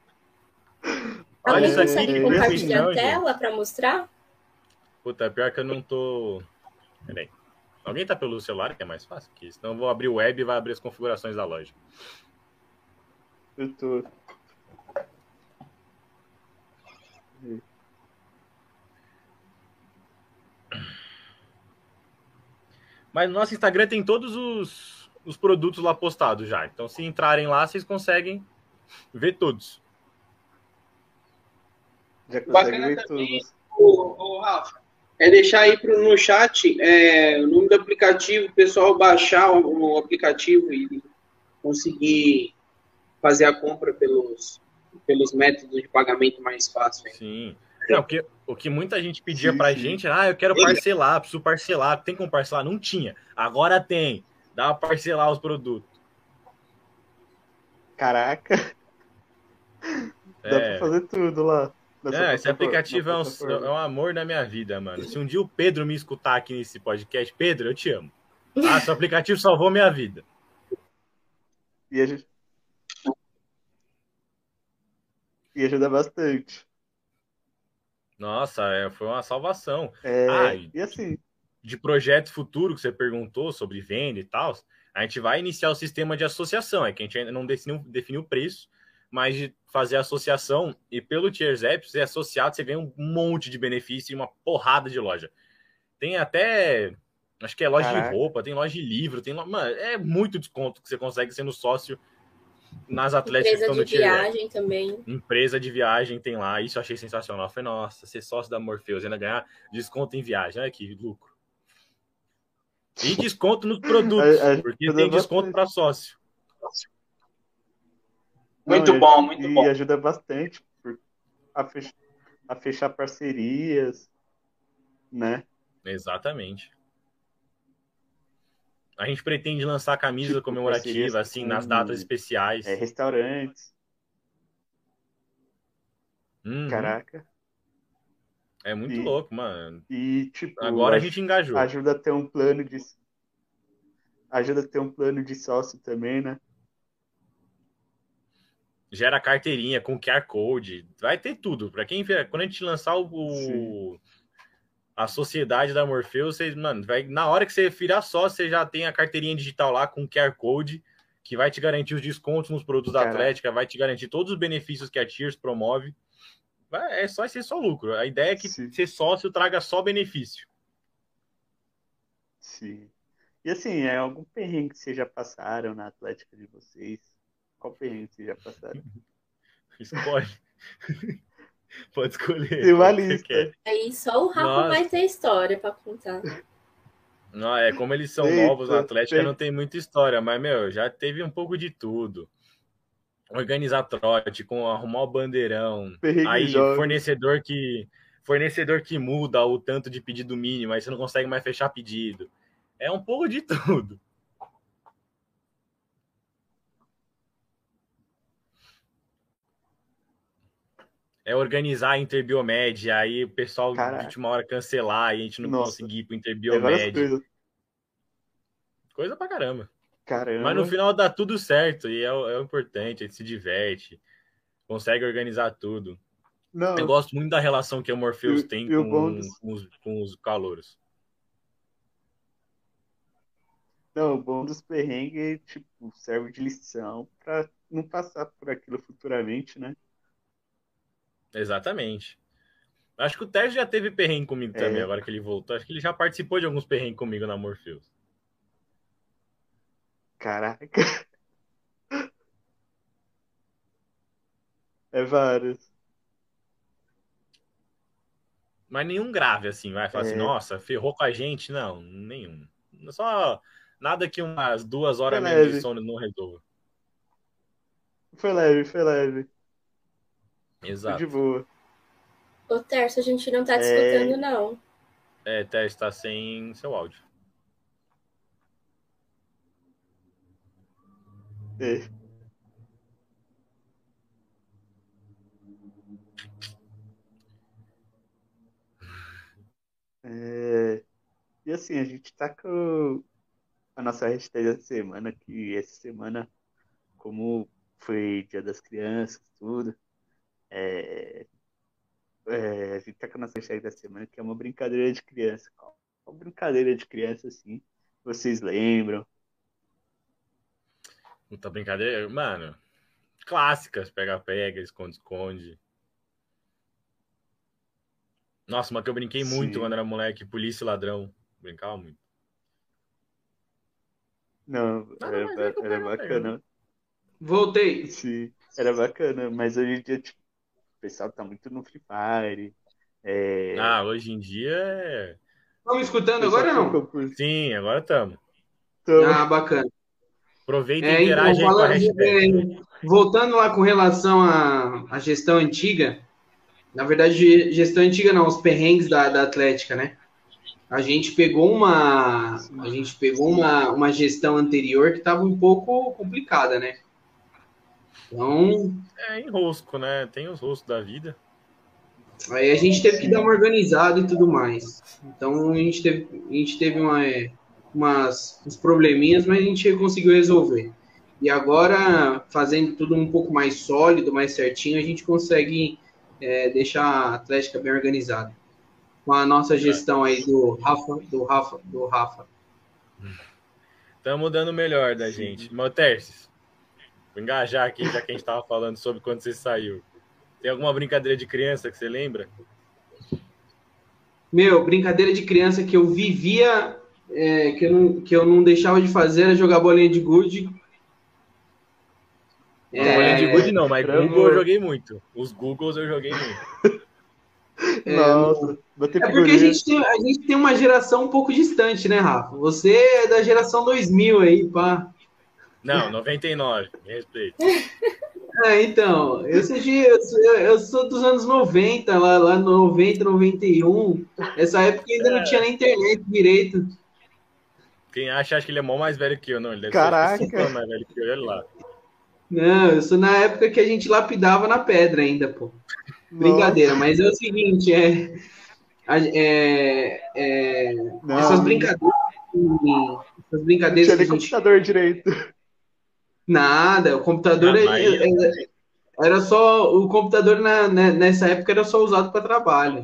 Olha isso aqui. Você compartilhar a tela pra mostrar? Puta, pior que eu não tô... Peraí. Alguém tá pelo celular, que é mais fácil que isso. Então eu vou abrir o web e vai abrir as configurações da loja. Eu tô... Mas no nosso Instagram tem todos os produtos lá postados já. Então, se entrarem lá, vocês conseguem ver todos. Já consegue ver todos. O Rafa, deixar aí no chat o nome do aplicativo, o pessoal baixar o aplicativo e conseguir fazer a compra pelos métodos de pagamento mais fácil. Sim. Não, porque o que muita gente pedia pra gente era, eu quero parcelar, preciso parcelar, tem como parcelar? Não tinha. Agora tem. Dá pra parcelar os produtos. Caraca. Dá pra fazer tudo lá. Esse aplicativo é um amor na minha vida, mano. Se um dia o Pedro me escutar aqui nesse podcast, Pedro, eu te amo. Seu aplicativo salvou minha vida. E a gente... E ajuda bastante. Nossa, foi uma salvação. E assim... De projeto futuro que você perguntou sobre venda e tal, a gente vai iniciar o sistema de associação. É que a gente ainda não definiu o preço, mas de fazer a associação e pelo Tiers App, você é associado, você ganha um monte de benefício e uma porrada de loja. Tem até, acho que é loja de roupa, tem loja de livro, mano, é muito desconto que você consegue sendo sócio nas atléticas que estão no Tiers App. Empresa de viagem também. Empresa de viagem tem lá, isso eu achei sensacional. Eu falei, nossa, ser sócio da Morpheus e ainda ganhar desconto em viagem, olha que lucro. E desconto nos produtos, porque tem desconto para sócio. Muito bom. E ajuda bastante a fechar parcerias, né? Exatamente. A gente pretende lançar camisa comemorativa, assim, nas datas especiais. Restaurantes. Caraca. É muito louco, mano. E, tipo... Agora a gente engajou. Ajuda a ter um plano de sócio também, né? Gera carteirinha com QR Code. Vai ter tudo. Para quem... Quando a gente lançar a sociedade da Morpheus, na hora que você virar sócio, você já tem a carteirinha digital lá com QR Code, que vai te garantir os descontos nos produtos da Atlética, vai te garantir todos os benefícios que a Tiers promove. É só ser só lucro. A ideia é que ser sócio traga só benefício. Sim. E assim, algum perrengue que vocês já passaram na Atlética de vocês? Qual perrengue vocês já passaram? Escolhe. Pode escolher. Tem uma lista. Aí só o Rafa vai ter história pra contar. Não, como eles são novos na Atlética, não tem muita história. Mas, já teve um pouco de tudo. Organizar trote, arrumar o bandeirão. Aí fornecedor que muda o tanto de pedido mínimo, aí você não consegue mais fechar pedido. É um pouco de tudo. É organizar a Interbiomed, aí o pessoal de última hora cancelar e a gente não conseguir ir pro Interbiomed. Coisa pra caramba. Mas no final dá tudo certo e é o importante, a gente se diverte, consegue organizar tudo. Eu gosto muito da relação que a Morpheus tem com os calouros. Não, o bom dos perrengues serve de lição para não passar por aquilo futuramente, né? Exatamente. Acho que o Tércio já teve perrengue comigo também, agora que ele voltou. Acho que ele já participou de alguns perrengues comigo na Morpheus. Caraca. É vários. Mas nenhum grave, assim, vai falar assim, nossa, ferrou com a gente. Não, nenhum. Só nada que umas 2 horas menos de sono não resolva. Foi leve. Exato. Foi de boa. Ô, Tércio, a gente não tá te escutando, não. Tércio, tá sem seu áudio. E assim, a gente tá com a nossa hashtag da semana, que essa semana, como foi Dia das Crianças, tudo, a gente tá com a nossa hashtag da semana, que é uma brincadeira de criança. Uma brincadeira de criança, assim, vocês lembram? Muita brincadeira, mano. Clássicas, pega-pega, esconde-esconde. Nossa, uma que eu brinquei muito quando era moleque, polícia e ladrão. Brincava muito. Não, era bacana. Voltei. Sim, era bacana, mas hoje em dia, o pessoal tá muito no Free Fire. Hoje em dia Estão me escutando agora ou não? Sim, agora estamos. Bacana. Aproveita e interage com a hashtag. Voltando lá com relação à gestão antiga, na verdade, gestão antiga não, os perrengues da Atlética, né? A gente pegou uma gestão anterior que estava um pouco complicada, né? Então... enrosco, né? Tem os roscos da vida. Aí a gente teve que dar uma organizada e tudo mais. Então a gente teve uns probleminhas, mas a gente conseguiu resolver. E agora, fazendo tudo um pouco mais sólido, mais certinho, a gente consegue deixar a Atlética bem organizada. Com a nossa gestão aí do Rafa. Estamos dando o melhor da gente. Moterces, vou engajar aqui, já que a gente estava falando sobre quando você saiu. Tem alguma brincadeira de criança que você lembra? Meu, brincadeira de criança que eu vivia, que eu não deixava de fazer era jogar bolinha de gude. Bolinha de gude não, mas Google eu joguei muito. Os Googles eu joguei muito. Nossa, porque a gente tem uma geração um pouco distante, né, Rafa? Você é da geração 2000 aí, pá. Não, 99, me respeito. Então, eu sou dos anos 90, lá 90, 91. Essa época ainda não tinha nem internet direito. Quem acha que ele é mó mais velho que eu, não. Ele deve Caraca. ser mais velho que eu, olha lá. Não, eu sou na época que a gente lapidava na pedra ainda, pô. Brincadeira, mas é o seguinte, essas brincadeiras não tinha nem computador direito. Nada, o computador era só, o computador nessa época era só usado para trabalho.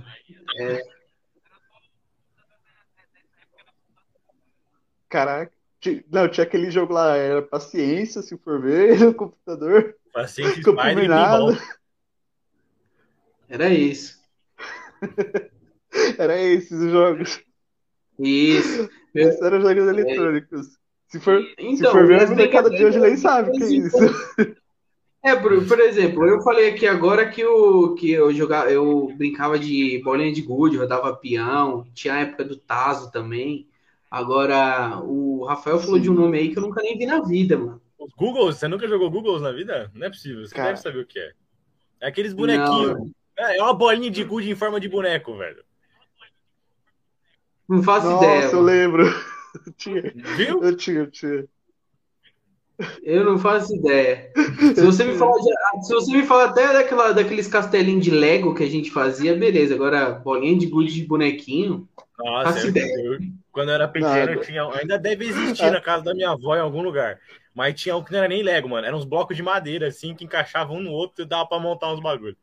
Caraca. Não, tinha aquele jogo lá, era paciência, se for ver, no computador. Paciência, Spider e nada. Era isso. Era esses os jogos. Isso. Esses eram jogos eletrônicos. Se for ver, a molecada de hoje nem sabe o que é isso. Por exemplo, eu falei aqui agora que eu brincava de bolinha de gude, rodava peão, tinha a época do tazo também. Agora, o Rafael falou de um nome aí que eu nunca nem vi na vida, mano. Os Googles? Você nunca jogou Googles na vida? Não é possível, você deve saber o que é. É aqueles bonequinhos. Não. É uma bolinha de gude em forma de boneco, velho. Não faço ideia. Nossa, eu lembro. Viu? Eu tinha. Eu não faço ideia. Se você me falar até daqueles castelinhos de Lego que a gente fazia, beleza. Agora, bolinha de gude de bonequinho. Nossa, quando eu era pequeno, ainda deve existir na casa da minha avó em algum lugar. Mas tinha um que não era nem Lego, mano. Eram uns blocos de madeira, assim, que encaixavam um no outro e dava pra montar uns bagulhos.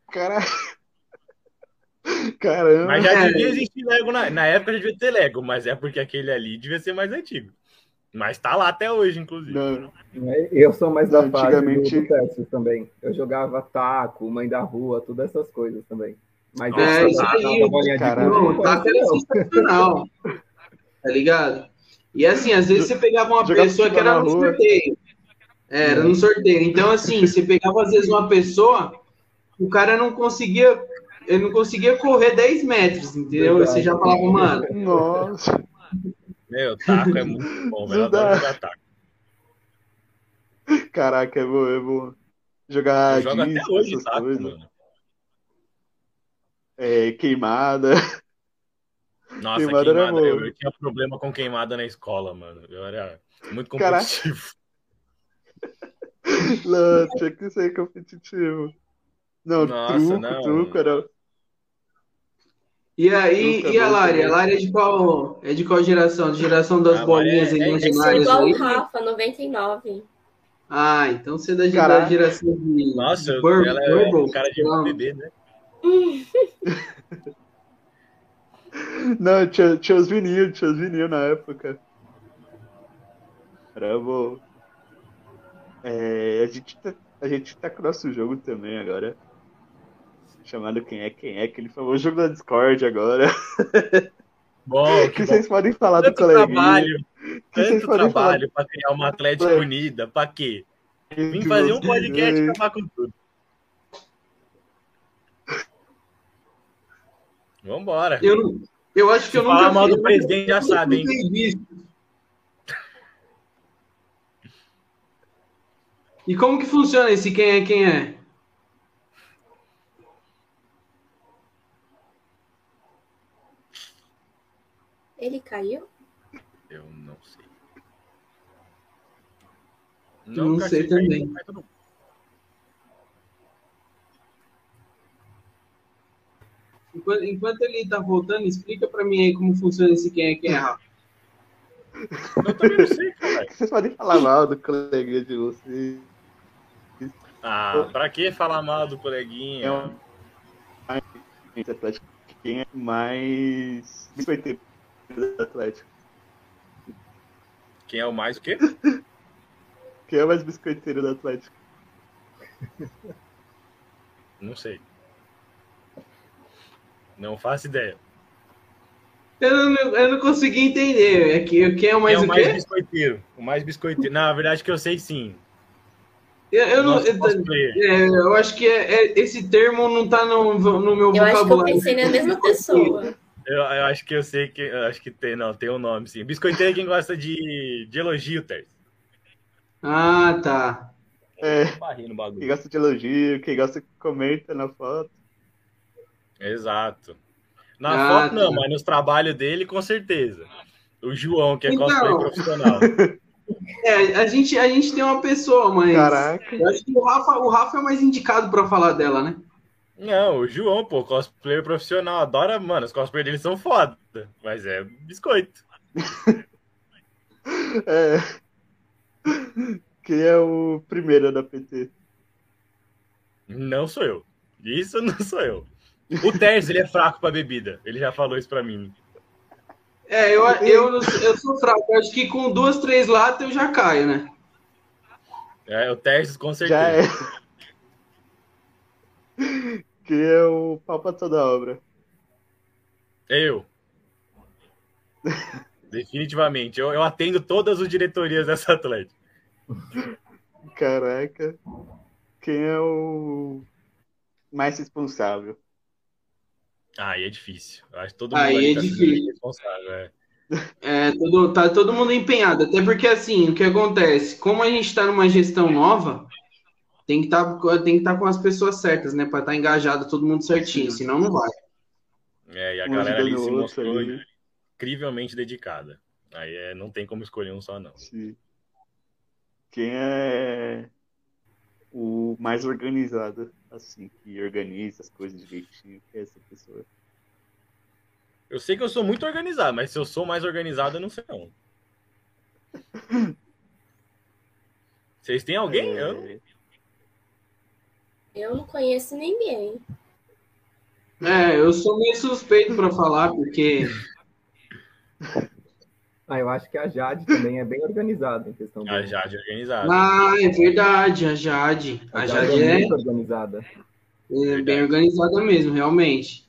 Caramba. Mas já devia existir Lego na época, já devia ter Lego, mas é porque aquele ali devia ser mais antigo. Mas tá lá até hoje, inclusive. Não. Eu sou mais da fase do Tetris também. Eu jogava taco, mãe da rua, todas essas coisas também. Mas isso aí, o taco era sensacional. Tá ligado? E assim, às vezes você pegava uma pessoa que era no sorteio. Era no sorteio. Então, assim, você pegava às vezes uma pessoa, o cara não conseguia correr 10 metros, entendeu? Verdade. Você já falava, mano. Nossa. Meu, taco é muito bom, velho. Eu adoro jogar taco. Caraca, é bom. Jogar eu jogo até hoje essas taco, coisas. mano. Queimada. Nossa, queimada eu tinha problema com queimada na escola, mano. Eu era muito competitivo. Não, tinha que ser competitivo. Não, Nossa, truco era... E a Lari? A Lari é de qual geração? De geração das bolinhas imaginárias igual aí? o Rafa, 99. Ah, então você é da geração de... Nossa, ela é um cara de bebê, né? Não, tinha os vinil na época. Era bom. A gente tá com o nosso jogo também agora. Chamado Quem é, aquele famoso jogo da Discord agora. Bom, que vocês podem falar tanto do coleguinha. Tanto trabalho pra criar uma Atlética unida, pra quê? Vim fazer um podcast e acabar com tudo. Vambora. Eu acho que eu nunca falar mal do presidente já sabe, hein? E como que funciona esse quem é? Ele caiu? Eu não sei. Não sei também. Enquanto ele tá voltando, explica pra mim aí como funciona esse quem é, Rafa. Eu também não sei, cara. Vocês podem falar mal do coleguinha de vocês. Pra que falar mal do coleguinha? Quem é mais biscoiteiro do Atlético? Quem é o mais o quê? Quem é o mais biscoiteiro do Atlético? Não sei. Não faço ideia. Eu não consegui entender. Quem é o mais Quem é o o mais quê? biscoiteiro? O mais biscoiteiro. Não, a verdade é que eu sei sim. Eu acho que esse termo não tá no meu Eu acho que eu vocabulário. pensei na mesma pessoa. Eu acho que eu sei que. Eu acho que tem um nome, sim. Biscoiteiro é quem gosta de elogio, Terce. Ah, tá. No bagulho. Quem gosta de elogio, quem gosta que comenta na foto. Exato. Na foto não, mas nos trabalhos dele, com certeza. O João, que é cosplay profissional. A gente tem uma pessoa, mas Caraca. eu acho que o Rafa é o mais indicado pra falar dela, né? Não, o João, pô, cosplayer profissional, adora, mano, os cosplayers dele são foda, mas é biscoito. Quem é o primeiro da PT? Não sou eu. Isso não sou eu. O Terce, ele é fraco pra bebida. Ele já falou isso pra mim. Eu sou fraco. Eu acho que com 2, 3 latas eu já caio, né? O Terce, com certeza. Já é. Quem é o pau pra toda obra? Eu. Definitivamente. Eu atendo todas as diretorias dessa Atlético. Caraca. Quem é o mais responsável? Aí é difícil. Eu acho que todo mundo aí é difícil. Responsável, tá todo mundo empenhado. Até porque, assim, o que acontece? Como a gente tá numa gestão nova, tem que estar com as pessoas certas, né? Pra estar engajado todo mundo certinho, senão não vai. E a galera ali se mostrou incrivelmente dedicada. Aí não tem como escolher um só, não. Sim. Quem é o mais organizado, assim, que organiza as coisas direitinho, que é essa pessoa? Eu sei que eu sou muito organizado, mas se eu sou mais organizado, eu não sei não. Vocês têm alguém? Eu não conheço ninguém. Eu sou meio suspeito para falar, porque... eu acho que a Jade também é bem organizada em questão A Jade é organizada. É verdade, a Jade. A Jade é muito organizada. É bem organizada mesmo, realmente.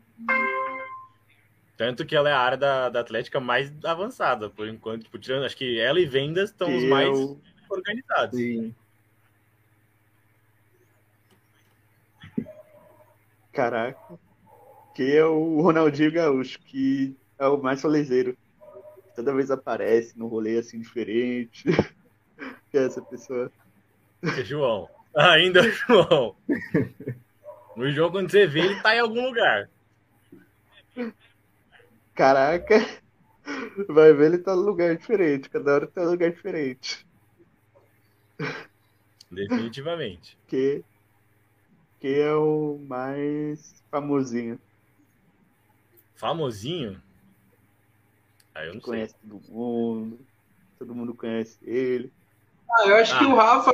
Tanto que ela é a área da Atlética mais avançada, por enquanto. Tipo, tirando, acho que ela e vendas estão os mais organizados. Sim. Caraca. Que é o Ronaldinho Gaúcho, que é o mais rolezeiro. Toda vez aparece num rolê assim diferente. Que é essa pessoa? É João. Ainda é João. No jogo, quando você vê, ele tá em algum lugar. Caraca. Vai ver, ele tá num lugar diferente. Cada hora tá num lugar diferente. Definitivamente. Que é o mais famosinho. Famosinho? Eu não conhece sei. Todo mundo conhece ele. Eu acho que o Rafa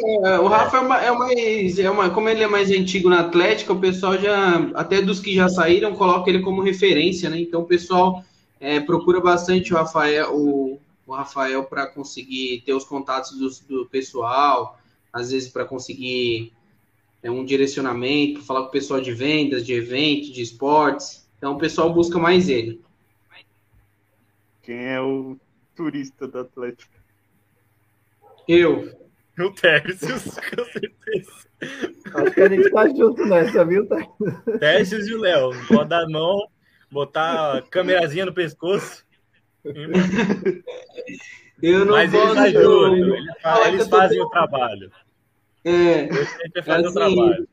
como ele é mais antigo na Atlética, o pessoal já, até dos que já saíram, coloca ele como referência, né? Então o pessoal procura bastante o Rafael para conseguir ter os contatos do pessoal, às vezes para conseguir um direcionamento, falar com o pessoal de vendas, de eventos, de esportes. Então o pessoal busca mais ele. Quem é o turista do Atlético? Eu. O Tércius, com certeza. Acho que a gente tá junto nessa, viu, Tércius e o Léo. Pode dar a mão, botar a câmerazinha no pescoço. Eu não Mas posso. Eles ajudam, eles fazem o trabalho. Eles sempre fazem o trabalho.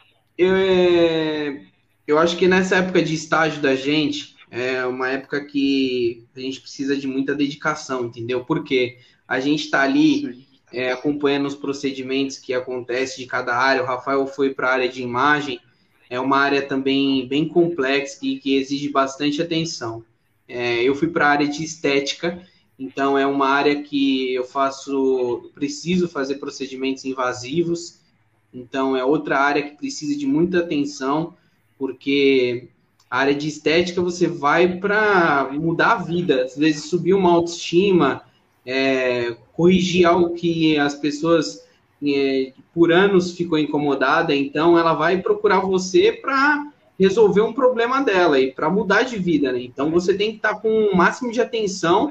Eu acho que nessa época de estágio da gente, é uma época que a gente precisa de muita dedicação, entendeu? Porque a gente está ali acompanhando os procedimentos que acontecem de cada área. O Rafael foi para a área de imagem, é uma área também bem complexa e que exige bastante atenção. Eu fui para a área de estética Então, é uma área que eu preciso fazer procedimentos invasivos. Então, é outra área que precisa de muita atenção, porque a área de estética você vai para mudar a vida, às vezes subir uma autoestima, corrigir algo que as pessoas por anos ficou incomodada, então ela vai procurar você para resolver um problema dela e para mudar de vida, né? Então você tem que estar com o máximo de atenção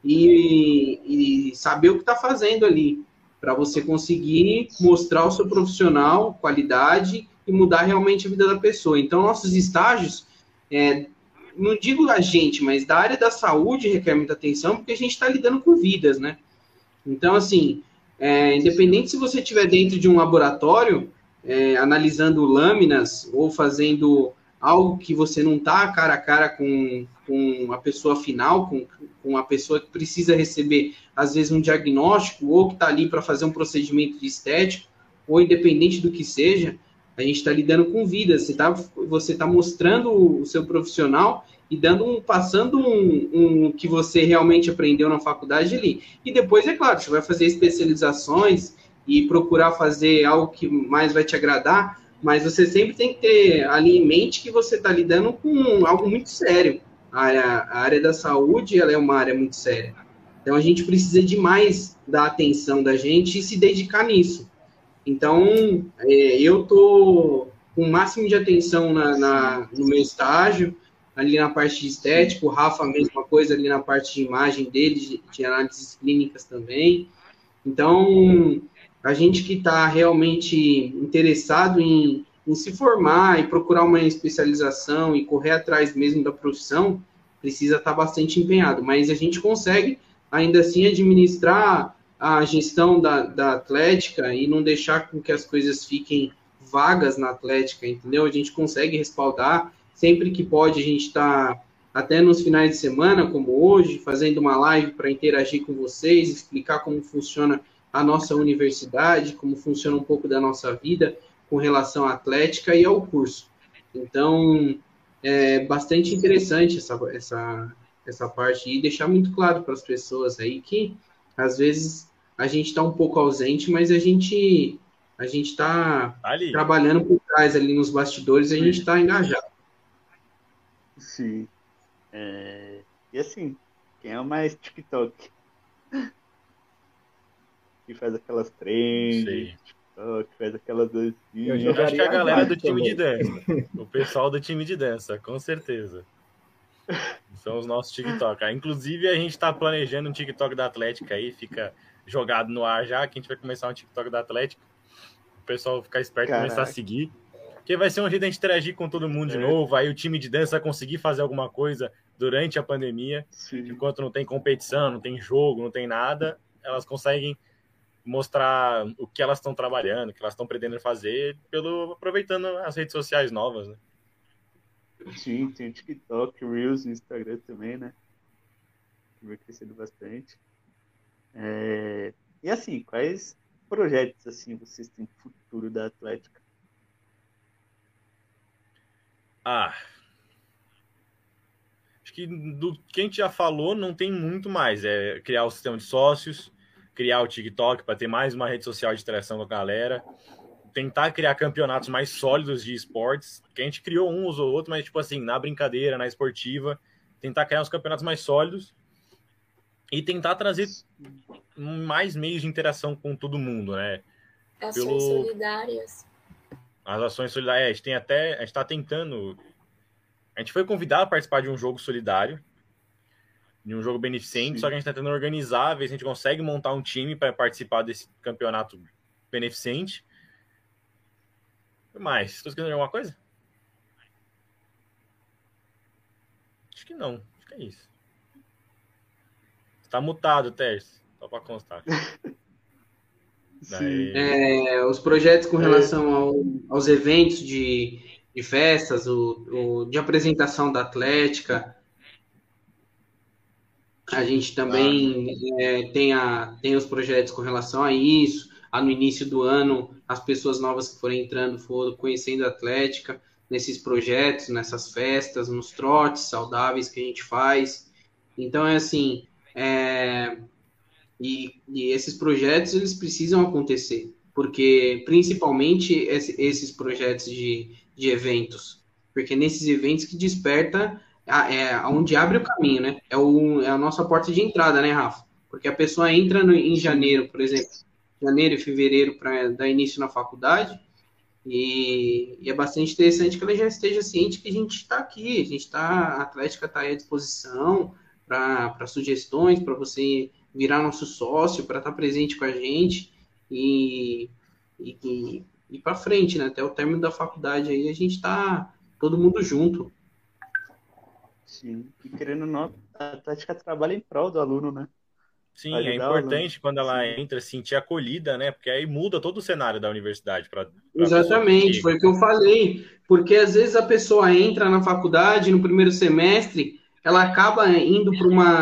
e saber o que está fazendo ali, para você conseguir mostrar o seu profissional, qualidade e mudar realmente a vida da pessoa. Então, nossos estágios, não digo a gente, mas da área da saúde requer muita atenção, porque a gente está lidando com vidas, né? Então, assim, independente se você estiver dentro de um laboratório, analisando lâminas ou fazendo algo que você não está cara a cara com a pessoa final, com a pessoa que precisa receber, às vezes, um diagnóstico ou que está ali para fazer um procedimento de estético, ou independente do que seja, a gente está lidando com vidas. Você tá mostrando o seu profissional e passando um que você realmente aprendeu na faculdade ali. E depois, é claro, você vai fazer especializações e procurar fazer algo que mais vai te agradar, mas você sempre tem que ter ali em mente que você está lidando com algo muito sério. A área da saúde, ela é uma área muito séria. Então, a gente precisa demais da atenção da gente e se dedicar nisso. Então, eu estou com o máximo de atenção no meu estágio, ali na parte de estética, o Rafa, a mesma coisa ali na parte de imagem dele, de análises clínicas também. Então, a gente que está realmente interessado em se formar e procurar uma especialização e correr atrás mesmo da profissão, precisa estar bastante empenhado. Mas a gente consegue, ainda assim, administrar a gestão da atlética e não deixar com que as coisas fiquem vagas na atlética, entendeu? A gente consegue respaldar. Sempre que pode, a gente está, até nos finais de semana, como hoje, fazendo uma live para interagir com vocês, explicar como funciona a nossa universidade, como funciona um pouco da nossa vida com relação à atlética e ao curso. Então, é bastante interessante essa parte e deixar muito claro para as pessoas aí que, às vezes, a gente está um pouco ausente, mas a gente está trabalhando por trás ali nos bastidores e a gente está engajado. Sim. E assim, quem é o mais TikTok? Que faz aquelas trends, TikTok, faz aquelas dancinhas. Eu acho que a galera do time de dança. O pessoal do time de dança, com certeza. São os nossos TikTok. Inclusive, a gente está planejando um TikTok da Atlética aí, fica jogado no ar já, que a gente vai começar um TikTok da Atlética. O pessoal ficar esperto e começar a seguir. Porque vai ser um jeito de a gente interagir com todo mundo de novo. Aí o time de dança vai conseguir fazer alguma coisa durante a pandemia. Sim. Enquanto não tem competição, não tem jogo, não tem nada, elas conseguem mostrar o que elas estão trabalhando, o que elas estão pretendendo fazer, aproveitando as redes sociais novas, né? Sim, tem o TikTok, Reels, Instagram também, né? Que vai crescendo bastante. E assim, quais projetos assim vocês têm no futuro da Atlética? Acho que do que a gente já falou, não tem muito mais. É criar o sistema de sócios, criar o TikTok para ter mais uma rede social de interação com a galera, tentar criar campeonatos mais sólidos de esportes, que a gente criou uns ou outros, mas tipo assim, na brincadeira, na esportiva, tentar criar uns campeonatos mais sólidos e tentar trazer mais meios de interação com todo mundo, né? Ações solidárias. As ações solidárias, a gente está tentando. A gente foi convidado a participar de um jogo solidário, de um jogo beneficente, só que a gente está tentando organizar, ver se a gente consegue montar um time para participar desse campeonato beneficente. O que mais? Estou esquecendo de alguma coisa? Acho que não. Acho que é isso. Está mutado, Tércio. Só para constar. Os projetos com relação aos eventos de festas, de apresentação da Atlética, a gente também tem os projetos com relação a isso. No início do ano, as pessoas novas que forem entrando foram conhecendo a Atlética nesses projetos, nessas festas, nos trotes saudáveis que a gente faz. Então, E esses projetos, eles precisam acontecer, porque principalmente esses projetos de eventos, porque nesses eventos que desperta, onde abre o caminho, né? É a nossa porta de entrada, né, Rafa? Porque a pessoa entra em janeiro, por exemplo, janeiro e fevereiro para dar início na faculdade, e é bastante interessante que ela já esteja ciente que a gente está aqui, a Atlética está à disposição para sugestões, para você virar nosso sócio, para estar presente com a gente e para frente, né? Até o término da faculdade aí a gente está todo mundo junto. Sim, e querendo ou não, a Atlética trabalha em prol do aluno, né? Sim, é importante quando ela entra sentir acolhida, né? Porque aí muda todo o cenário da universidade. Exatamente, foi o que eu falei. Porque às vezes a pessoa entra na faculdade no primeiro semestre, ela acaba indo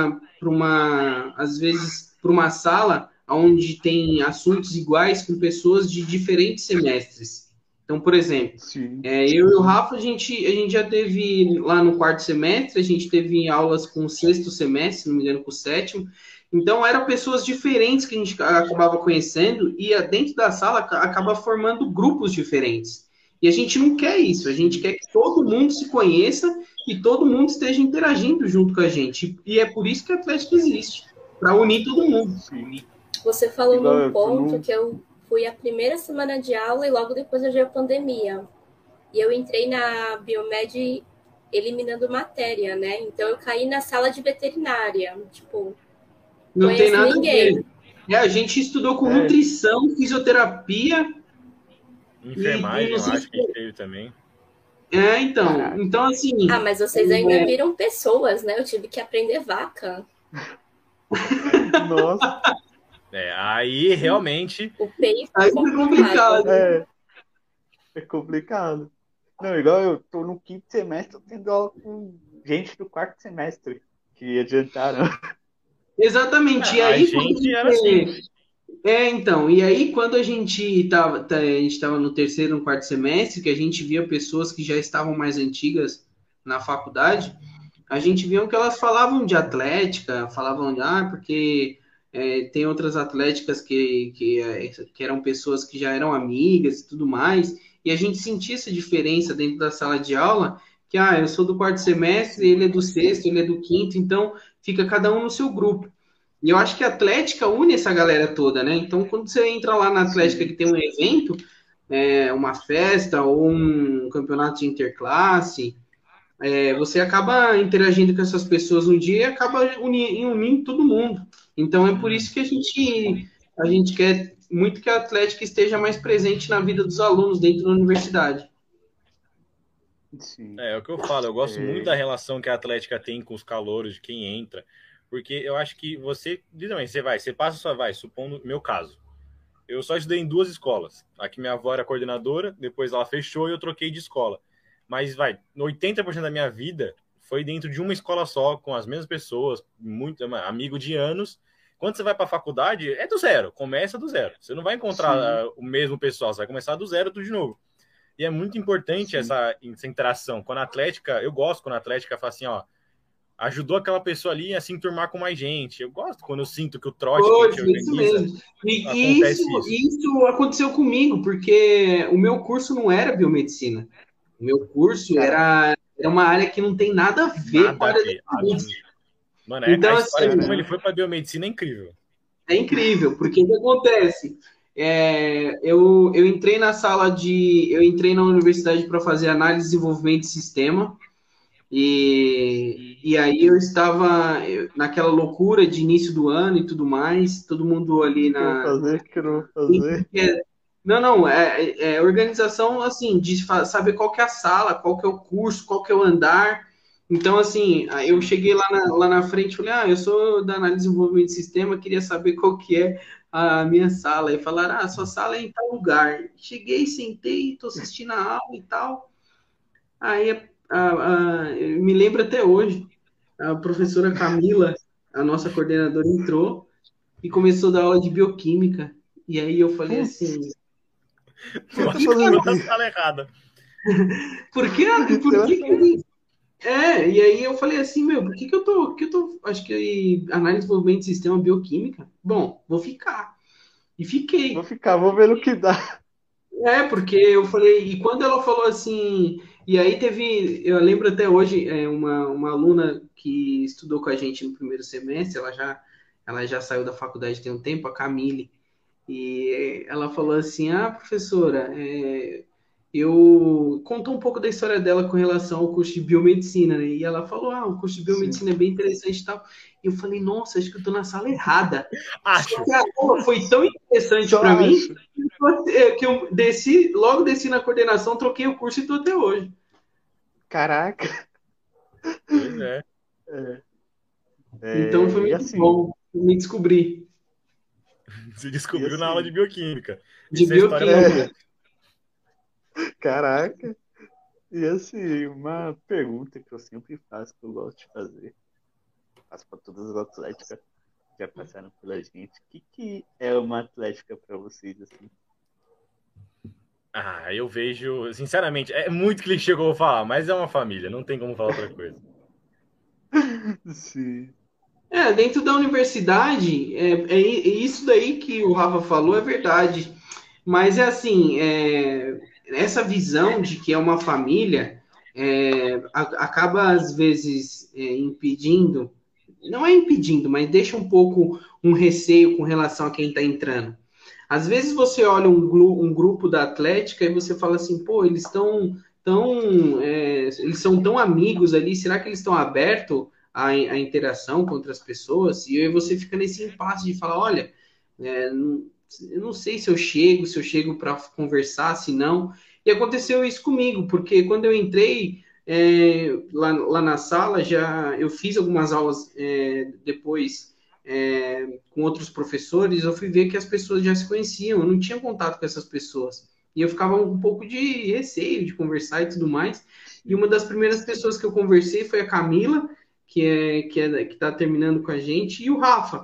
às vezes, para uma sala onde tem assuntos iguais com pessoas de diferentes semestres. Então, por exemplo, eu e o Rafa, a gente já teve lá no quarto semestre, a gente teve aulas com o sexto semestre, se não me engano, com o sétimo. Então, eram pessoas diferentes que a gente acabava conhecendo e dentro da sala acaba formando grupos diferentes. E a gente não quer isso, a gente quer que todo mundo se conheça e todo mundo esteja interagindo junto com a gente. E é por isso que a Atlética existe, para unir todo mundo. Você falou num ponto que eu fui a primeira semana de aula e logo depois veio a pandemia. E eu entrei na Biomed eliminando matéria, né? Então, eu caí na sala de veterinária, tipo... Não tem nada ninguém. A gente estudou com nutrição, fisioterapia. Enfermagem, eu acho que a gente teve também. Então assim... mas vocês ainda viram pessoas, né? Eu tive que aprender vaca. Nossa. Aí realmente... O peito é complicado. É complicado. Não, igual eu tô no quinto semestre, tô tendo aula com gente do quarto semestre que adiantaram. Exatamente. E aí, era assim. Então, e aí quando a gente estava no terceiro, no quarto semestre, que a gente via pessoas que já estavam mais antigas na faculdade, a gente via que elas falavam de atlética, falavam porque tem outras atléticas que eram pessoas que já eram amigas e tudo mais, e a gente sentia essa diferença dentro da sala de aula, que eu sou do quarto semestre, ele é do sexto, ele é do quinto, então fica cada um no seu grupo. E eu acho que a Atlética une essa galera toda, né? Então, quando você entra lá na Atlética que tem um evento, uma festa ou um campeonato de interclasse, você acaba interagindo com essas pessoas um dia e acaba unindo todo mundo. Então, é por isso que a gente quer muito que a Atlética esteja mais presente na vida dos alunos dentro da universidade. Sim. É o que eu falo, eu gosto muito da relação que a Atlética tem com os calouros, de quem entra, porque eu acho que você passa supondo meu caso. Eu só estudei em 2 escolas. Aqui minha avó era coordenadora, depois ela fechou e eu troquei de escola. Mas 80% da minha vida foi dentro de uma escola só, com as mesmas pessoas, muito amigo de anos. Quando você vai para a faculdade, é do zero, começa do zero. Você não vai encontrar o mesmo pessoal, você vai começar do zero tudo de novo. E é muito importante essa interação. Quando a Atlética, eu gosto quando a Atlética fala assim, ajudou aquela pessoa ali a se enturmar com mais gente. Eu gosto quando eu sinto que o trote que a gente organiza, isso aconteceu comigo, porque o meu curso não era biomedicina. O meu curso era uma área que não tem nada a ver com a área de saúde. Mano, então, a história de como ele foi para biomedicina é incrível. É incrível, porque o que acontece? Eu entrei eu entrei na universidade para fazer análise e desenvolvimento de sistema, e aí eu estava naquela loucura de início do ano e tudo mais, todo mundo ali na... que eu não vou fazer. Não, organização, assim, de saber qual que é a sala, qual que é o curso, qual que é o andar. Então, assim, eu cheguei lá na frente e falei, eu sou da análise de desenvolvimento de sistema, queria saber qual que é a minha sala. E falaram, sua sala é em tal lugar. Cheguei, sentei, estou assistindo a aula e tal. Aí, eu me lembro até hoje, a professora Camila, a nossa coordenadora, entrou e começou a dar aula de bioquímica. E aí eu falei assim... Eu acho que eu tô na sala errada. Por que E aí eu falei assim, meu, por que eu tô, acho que análise de desenvolvimento de sistema bioquímica, bom, vou ficar. E fiquei. Vou ver no que dá. Porque eu falei, e quando ela falou assim, e aí teve, eu lembro até hoje, uma aluna que estudou com a gente no primeiro semestre, ela já saiu da faculdade tem um tempo, a Camille, e ela falou assim, professora, eu contou um pouco da história dela com relação ao curso de biomedicina, né? E ela falou, o curso de biomedicina é bem interessante e tal. E eu falei, nossa, acho que eu tô na sala errada. Acho. Só que a aula foi tão interessante para mim que eu logo desci na coordenação, troquei o curso e tô até hoje. Caraca. Pois é. Então foi muito assim, bom me descobrir. Se descobriu na aula de bioquímica. De bioquímica. Caraca. E assim, uma pergunta que eu sempre faço, que eu gosto de fazer, faço para todas as atléticas que já passaram pela gente. O que é uma atlética para vocês, assim? Eu vejo, sinceramente, é muito clichê que eu vou falar, mas é uma família, não tem como falar outra coisa. Sim. Dentro da universidade, isso daí que o Rafa falou é verdade. Mas essa visão de que é uma família acaba, às vezes, impedindo, não é impedindo, mas deixa um pouco um receio com relação a quem está entrando. Às vezes você olha um grupo da Atlética e você fala assim, pô, eles eles são tão amigos ali, será que eles estão abertos à interação com outras pessoas? E aí você fica nesse impasse de falar, olha, eu não sei se eu chego para conversar, se não. E aconteceu isso comigo, porque quando eu entrei lá na sala, eu fiz algumas aulas depois com outros professores, eu fui ver que as pessoas já se conheciam, eu não tinha contato com essas pessoas. E eu ficava um pouco de receio de conversar e tudo mais. E uma das primeiras pessoas que eu conversei foi a Camila, que está terminando com a gente, e o Rafa.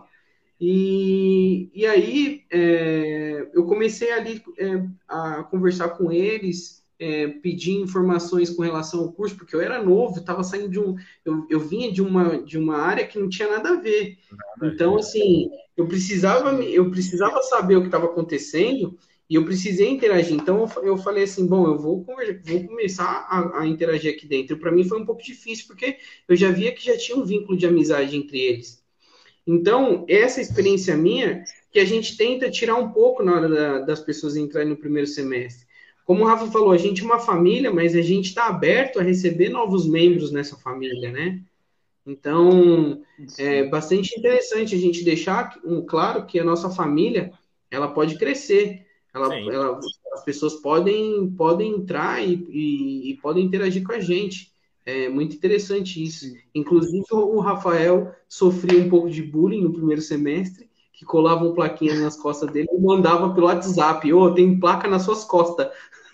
E aí eu comecei ali a conversar com eles, pedir informações com relação ao curso, porque eu era novo, estava saindo eu vinha de uma área que não tinha nada a ver. Então, assim, eu precisava saber o que estava acontecendo e eu precisei interagir. Então, eu falei assim, bom, eu vou começar a interagir aqui dentro. Para mim foi um pouco difícil, porque eu já via que já tinha um vínculo de amizade entre eles. Então, essa experiência minha, que a gente tenta tirar um pouco na hora das pessoas entrarem no primeiro semestre. Como o Rafa falou, a gente é uma família, mas a gente está aberto a receber novos membros nessa família, né? Então, é bastante interessante a gente deixar claro que a nossa família, ela pode crescer. As pessoas podem entrar e podem interagir com a gente. É muito interessante isso. Inclusive, o Rafael sofria um pouco de bullying no primeiro semestre, que colavam plaquinhas nas costas dele e mandava pelo WhatsApp. Tem placa nas suas costas.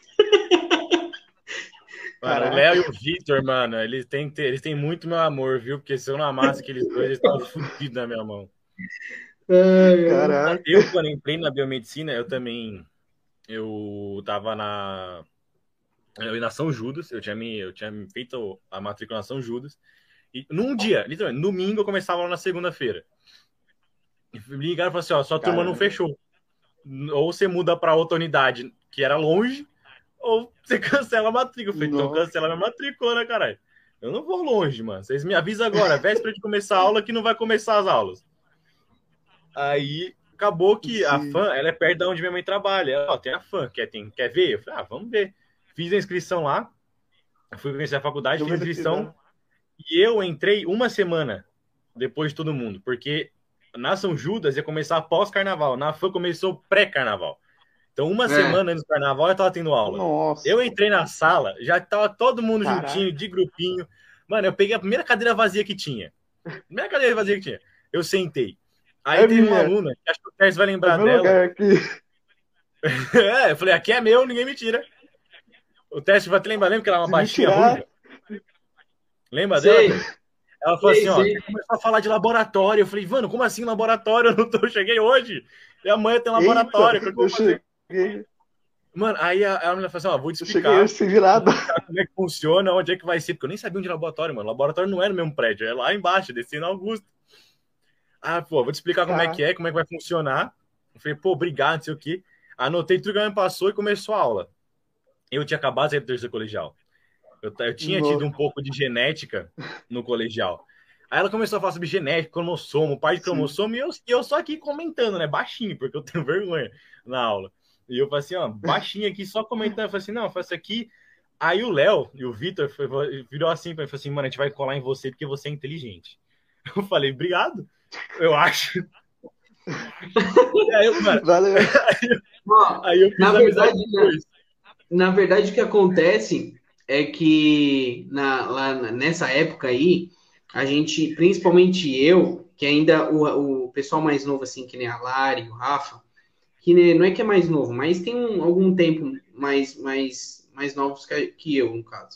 Mano, o Léo e o Victor, mano, eles têm muito meu amor, viu? Porque se eu não amasse aqueles dois, eles estavam fodidos na minha mão. Caraca. Eu, quando entrei na biomedicina, eu tava eu ia na São Judas, eu tinha feito a matrícula na São Judas, e num dia, literalmente, domingo eu começava lá na segunda-feira. Me ligaram e falaram assim, sua turma não fechou. Ou você muda pra outra unidade, que era longe, ou você cancela a matrícula. Eu falei, então cancela a minha matrícula, né, caralho? Eu não vou longe, mano. Vocês me avisam agora, véspera de começar a aula, que não vai começar as aulas. Aí, acabou que a FAM, ela é perto de onde minha mãe trabalha. Ela, tem a FAM, quer ver? Eu falei, vamos ver. Fiz a inscrição lá, fui conhecer a faculdade, fiz a inscrição, e eu entrei uma semana depois de todo mundo, porque na São Judas ia começar após carnaval, na FAM começou pré-carnaval. Então, uma semana antes do carnaval, eu tava tendo aula. Nossa. Eu entrei na sala, já tava todo mundo juntinho, de grupinho. Mano, eu peguei a primeira cadeira vazia que tinha. Eu sentei. Aí teve uma aluna, que acho que o Tércio vai lembrar dela. Eu falei, aqui é meu, ninguém me tira. O Tércio vai te lembrar, lembra que ela é uma baixinha ruiva? Lembra dela? Ela falou assim, começou a falar de laboratório. Eu falei, mano, como assim laboratório? Eu cheguei hoje. E amanhã tem laboratório. Eu cheguei. Mano, aí a menina falou assim, vou te Eu cheguei explicar como é que funciona, onde é que vai ser, porque eu nem sabia onde era o laboratório, mano. O laboratório não é no mesmo prédio, é lá embaixo, descendo Augusto. Pô, vou te explicar como é que vai funcionar. Eu falei, pô, obrigado, não sei o quê. Anotei tudo que ela me passou e começou a aula. Eu tinha acabado de sair do terceiro colegial. Eu tinha tido um pouco de genética no colegial. Aí ela começou a falar sobre genética, cromossomo, parte de cromossomo, e eu só aqui comentando, né? Baixinho, porque eu tenho vergonha na aula. E eu falei assim, baixinho aqui, só comentando. Eu falei assim, não, eu faço aqui. Aí o Léo e o Vitor virou assim pra mim, falou assim, mano, a gente vai colar em você porque você é inteligente. Eu falei, obrigado, eu acho. Aí mano, valeu. Aí eu fiz na verdade, o que acontece é que nessa época aí, a gente, principalmente eu, que ainda o pessoal mais novo, assim, que nem a Lari, o Rafa, que não é que é mais novo, mas tem algum tempo mais novos que eu, no caso.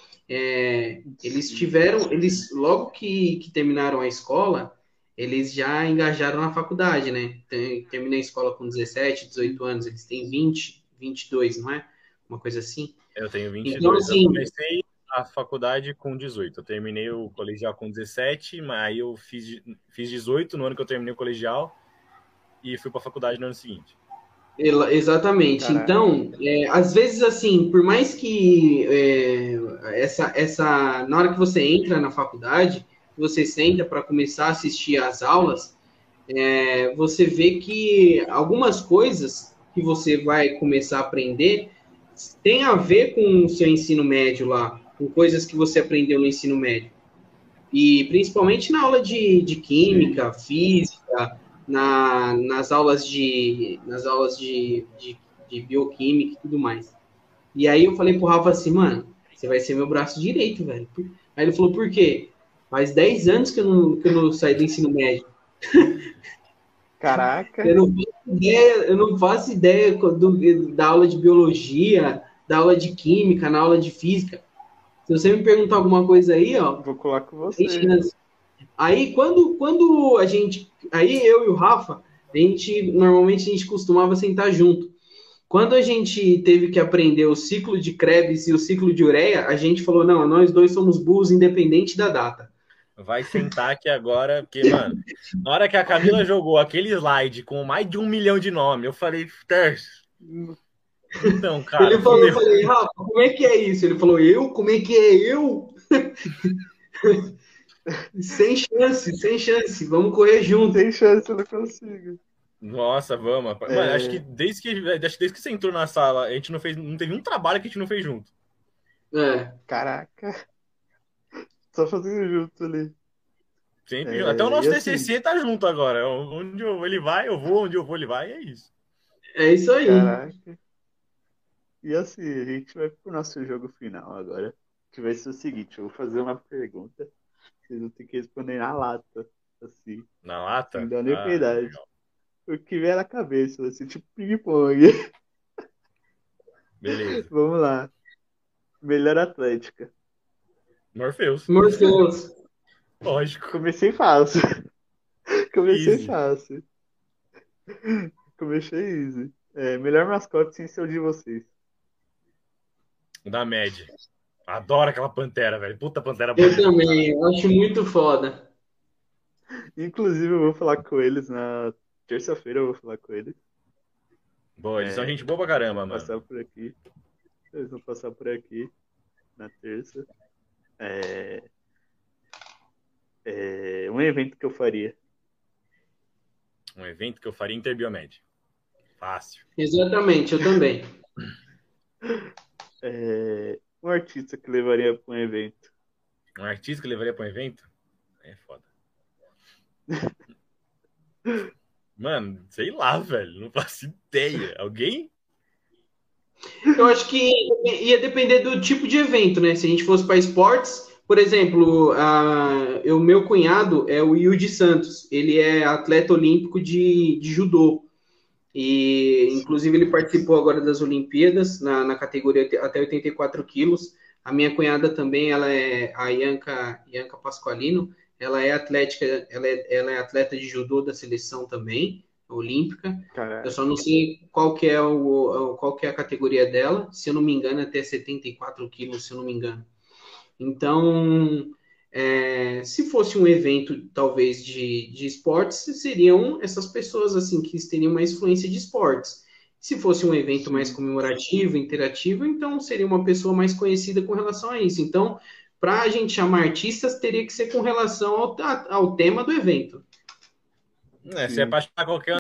Eles logo que terminaram a escola, eles já engajaram na faculdade, né? Terminei a escola com 17, 18 anos, eles têm 20, 22, não é? Uma coisa assim. Eu tenho 22. Então, assim, eu comecei a faculdade com 18. Eu terminei o colegial com 17, mas aí eu fiz 18 no ano que eu terminei o colegial e fui para a faculdade no ano seguinte. Exatamente. Caraca. Então, às vezes, assim, por mais que na hora que você entra na faculdade, você senta para começar a assistir às aulas, você vê que algumas coisas que você vai começar a aprender tem a ver com o seu ensino médio lá, com coisas que você aprendeu no ensino médio. E principalmente na aula de química, física, nas aulas de bioquímica e tudo mais. E aí eu falei pro Rafa assim, mano, você vai ser meu braço direito, velho. Aí ele falou, por quê? Faz 10 anos que eu não saí do ensino médio. Caraca. Eu não faço ideia da aula de biologia, da aula de química, na aula de física. Se você me perguntar alguma coisa aí, vou colar com você. Aí quando a gente, aí eu e o Rafa, normalmente a gente costumava sentar junto. Quando a gente teve que aprender o ciclo de Krebs e o ciclo de Ureia, a gente falou, não, nós dois somos burros independente da data. Vai sentar aqui agora, porque, mano, na hora que a Camila jogou aquele slide com mais de 1 milhão de nomes, eu falei, então, cara... Ele falou, eu falei, Rafa, como é que é isso? Ele falou, como é que é eu? Sem chance, vamos correr junto. Sem chance, eu não consigo. Nossa, vamos. Mano, acho que desde que você entrou na sala, a gente não teve um trabalho que a gente não fez junto. Caraca. Só fazendo junto ali. Sempre junto. Até o nosso TCC tá junto agora. Onde ele vai, eu vou. Onde eu vou, ele vai. É isso. É isso aí. Caraca. E assim, a gente vai pro nosso jogo final agora. Que vai ser o seguinte, eu vou fazer uma pergunta. Vocês vão ter que responder na lata. Assim. Na lata? Não dá nem piedade. O que vier na cabeça, assim, tipo ping-pong. Beleza. Vamos lá. Melhor atlética. Morpheus. Lógico. Comecei fácil. Fácil. Comecei easy. Melhor mascote sem ser o de vocês. Da média. Adoro aquela pantera, velho. Puta pantera bonita. Eu também, eu acho muito foda. Inclusive, eu vou falar com eles na terça-feira, eu vou falar com eles. Boa, eles são gente boa pra caramba, mano. Passar por aqui. Eles vão passar por aqui na terça. Um evento que eu faria. Um evento que eu faria Interbiomed. Fácil. Exatamente, eu também. Um artista que levaria para um evento. Um artista que levaria para um evento? É foda. Mano, sei lá, velho. Não faço ideia. Alguém? Eu acho que ia depender do tipo de evento, né? Se a gente fosse para esportes, por exemplo, o meu cunhado é o Yudi Santos. Ele é atleta olímpico de judô. E, inclusive, ele participou agora das Olimpíadas na categoria até 84 quilos. A minha cunhada também, ela é a Ianca Pasqualino. Ela é atlética, ela é atleta de judô da seleção também. olímpica. Caraca. Eu só não sei qual que é a categoria dela. Se eu não me engano, até 74 quilos, se eu não me engano. Então, se fosse um evento, talvez, de esportes, seriam essas pessoas, assim, que teriam uma influência de esportes. Se fosse um evento mais comemorativo, interativo, então seria uma pessoa mais conhecida com relação a isso. Então, para a gente chamar artistas, teria que ser com relação ao tema do evento. Se é para chamar qualquer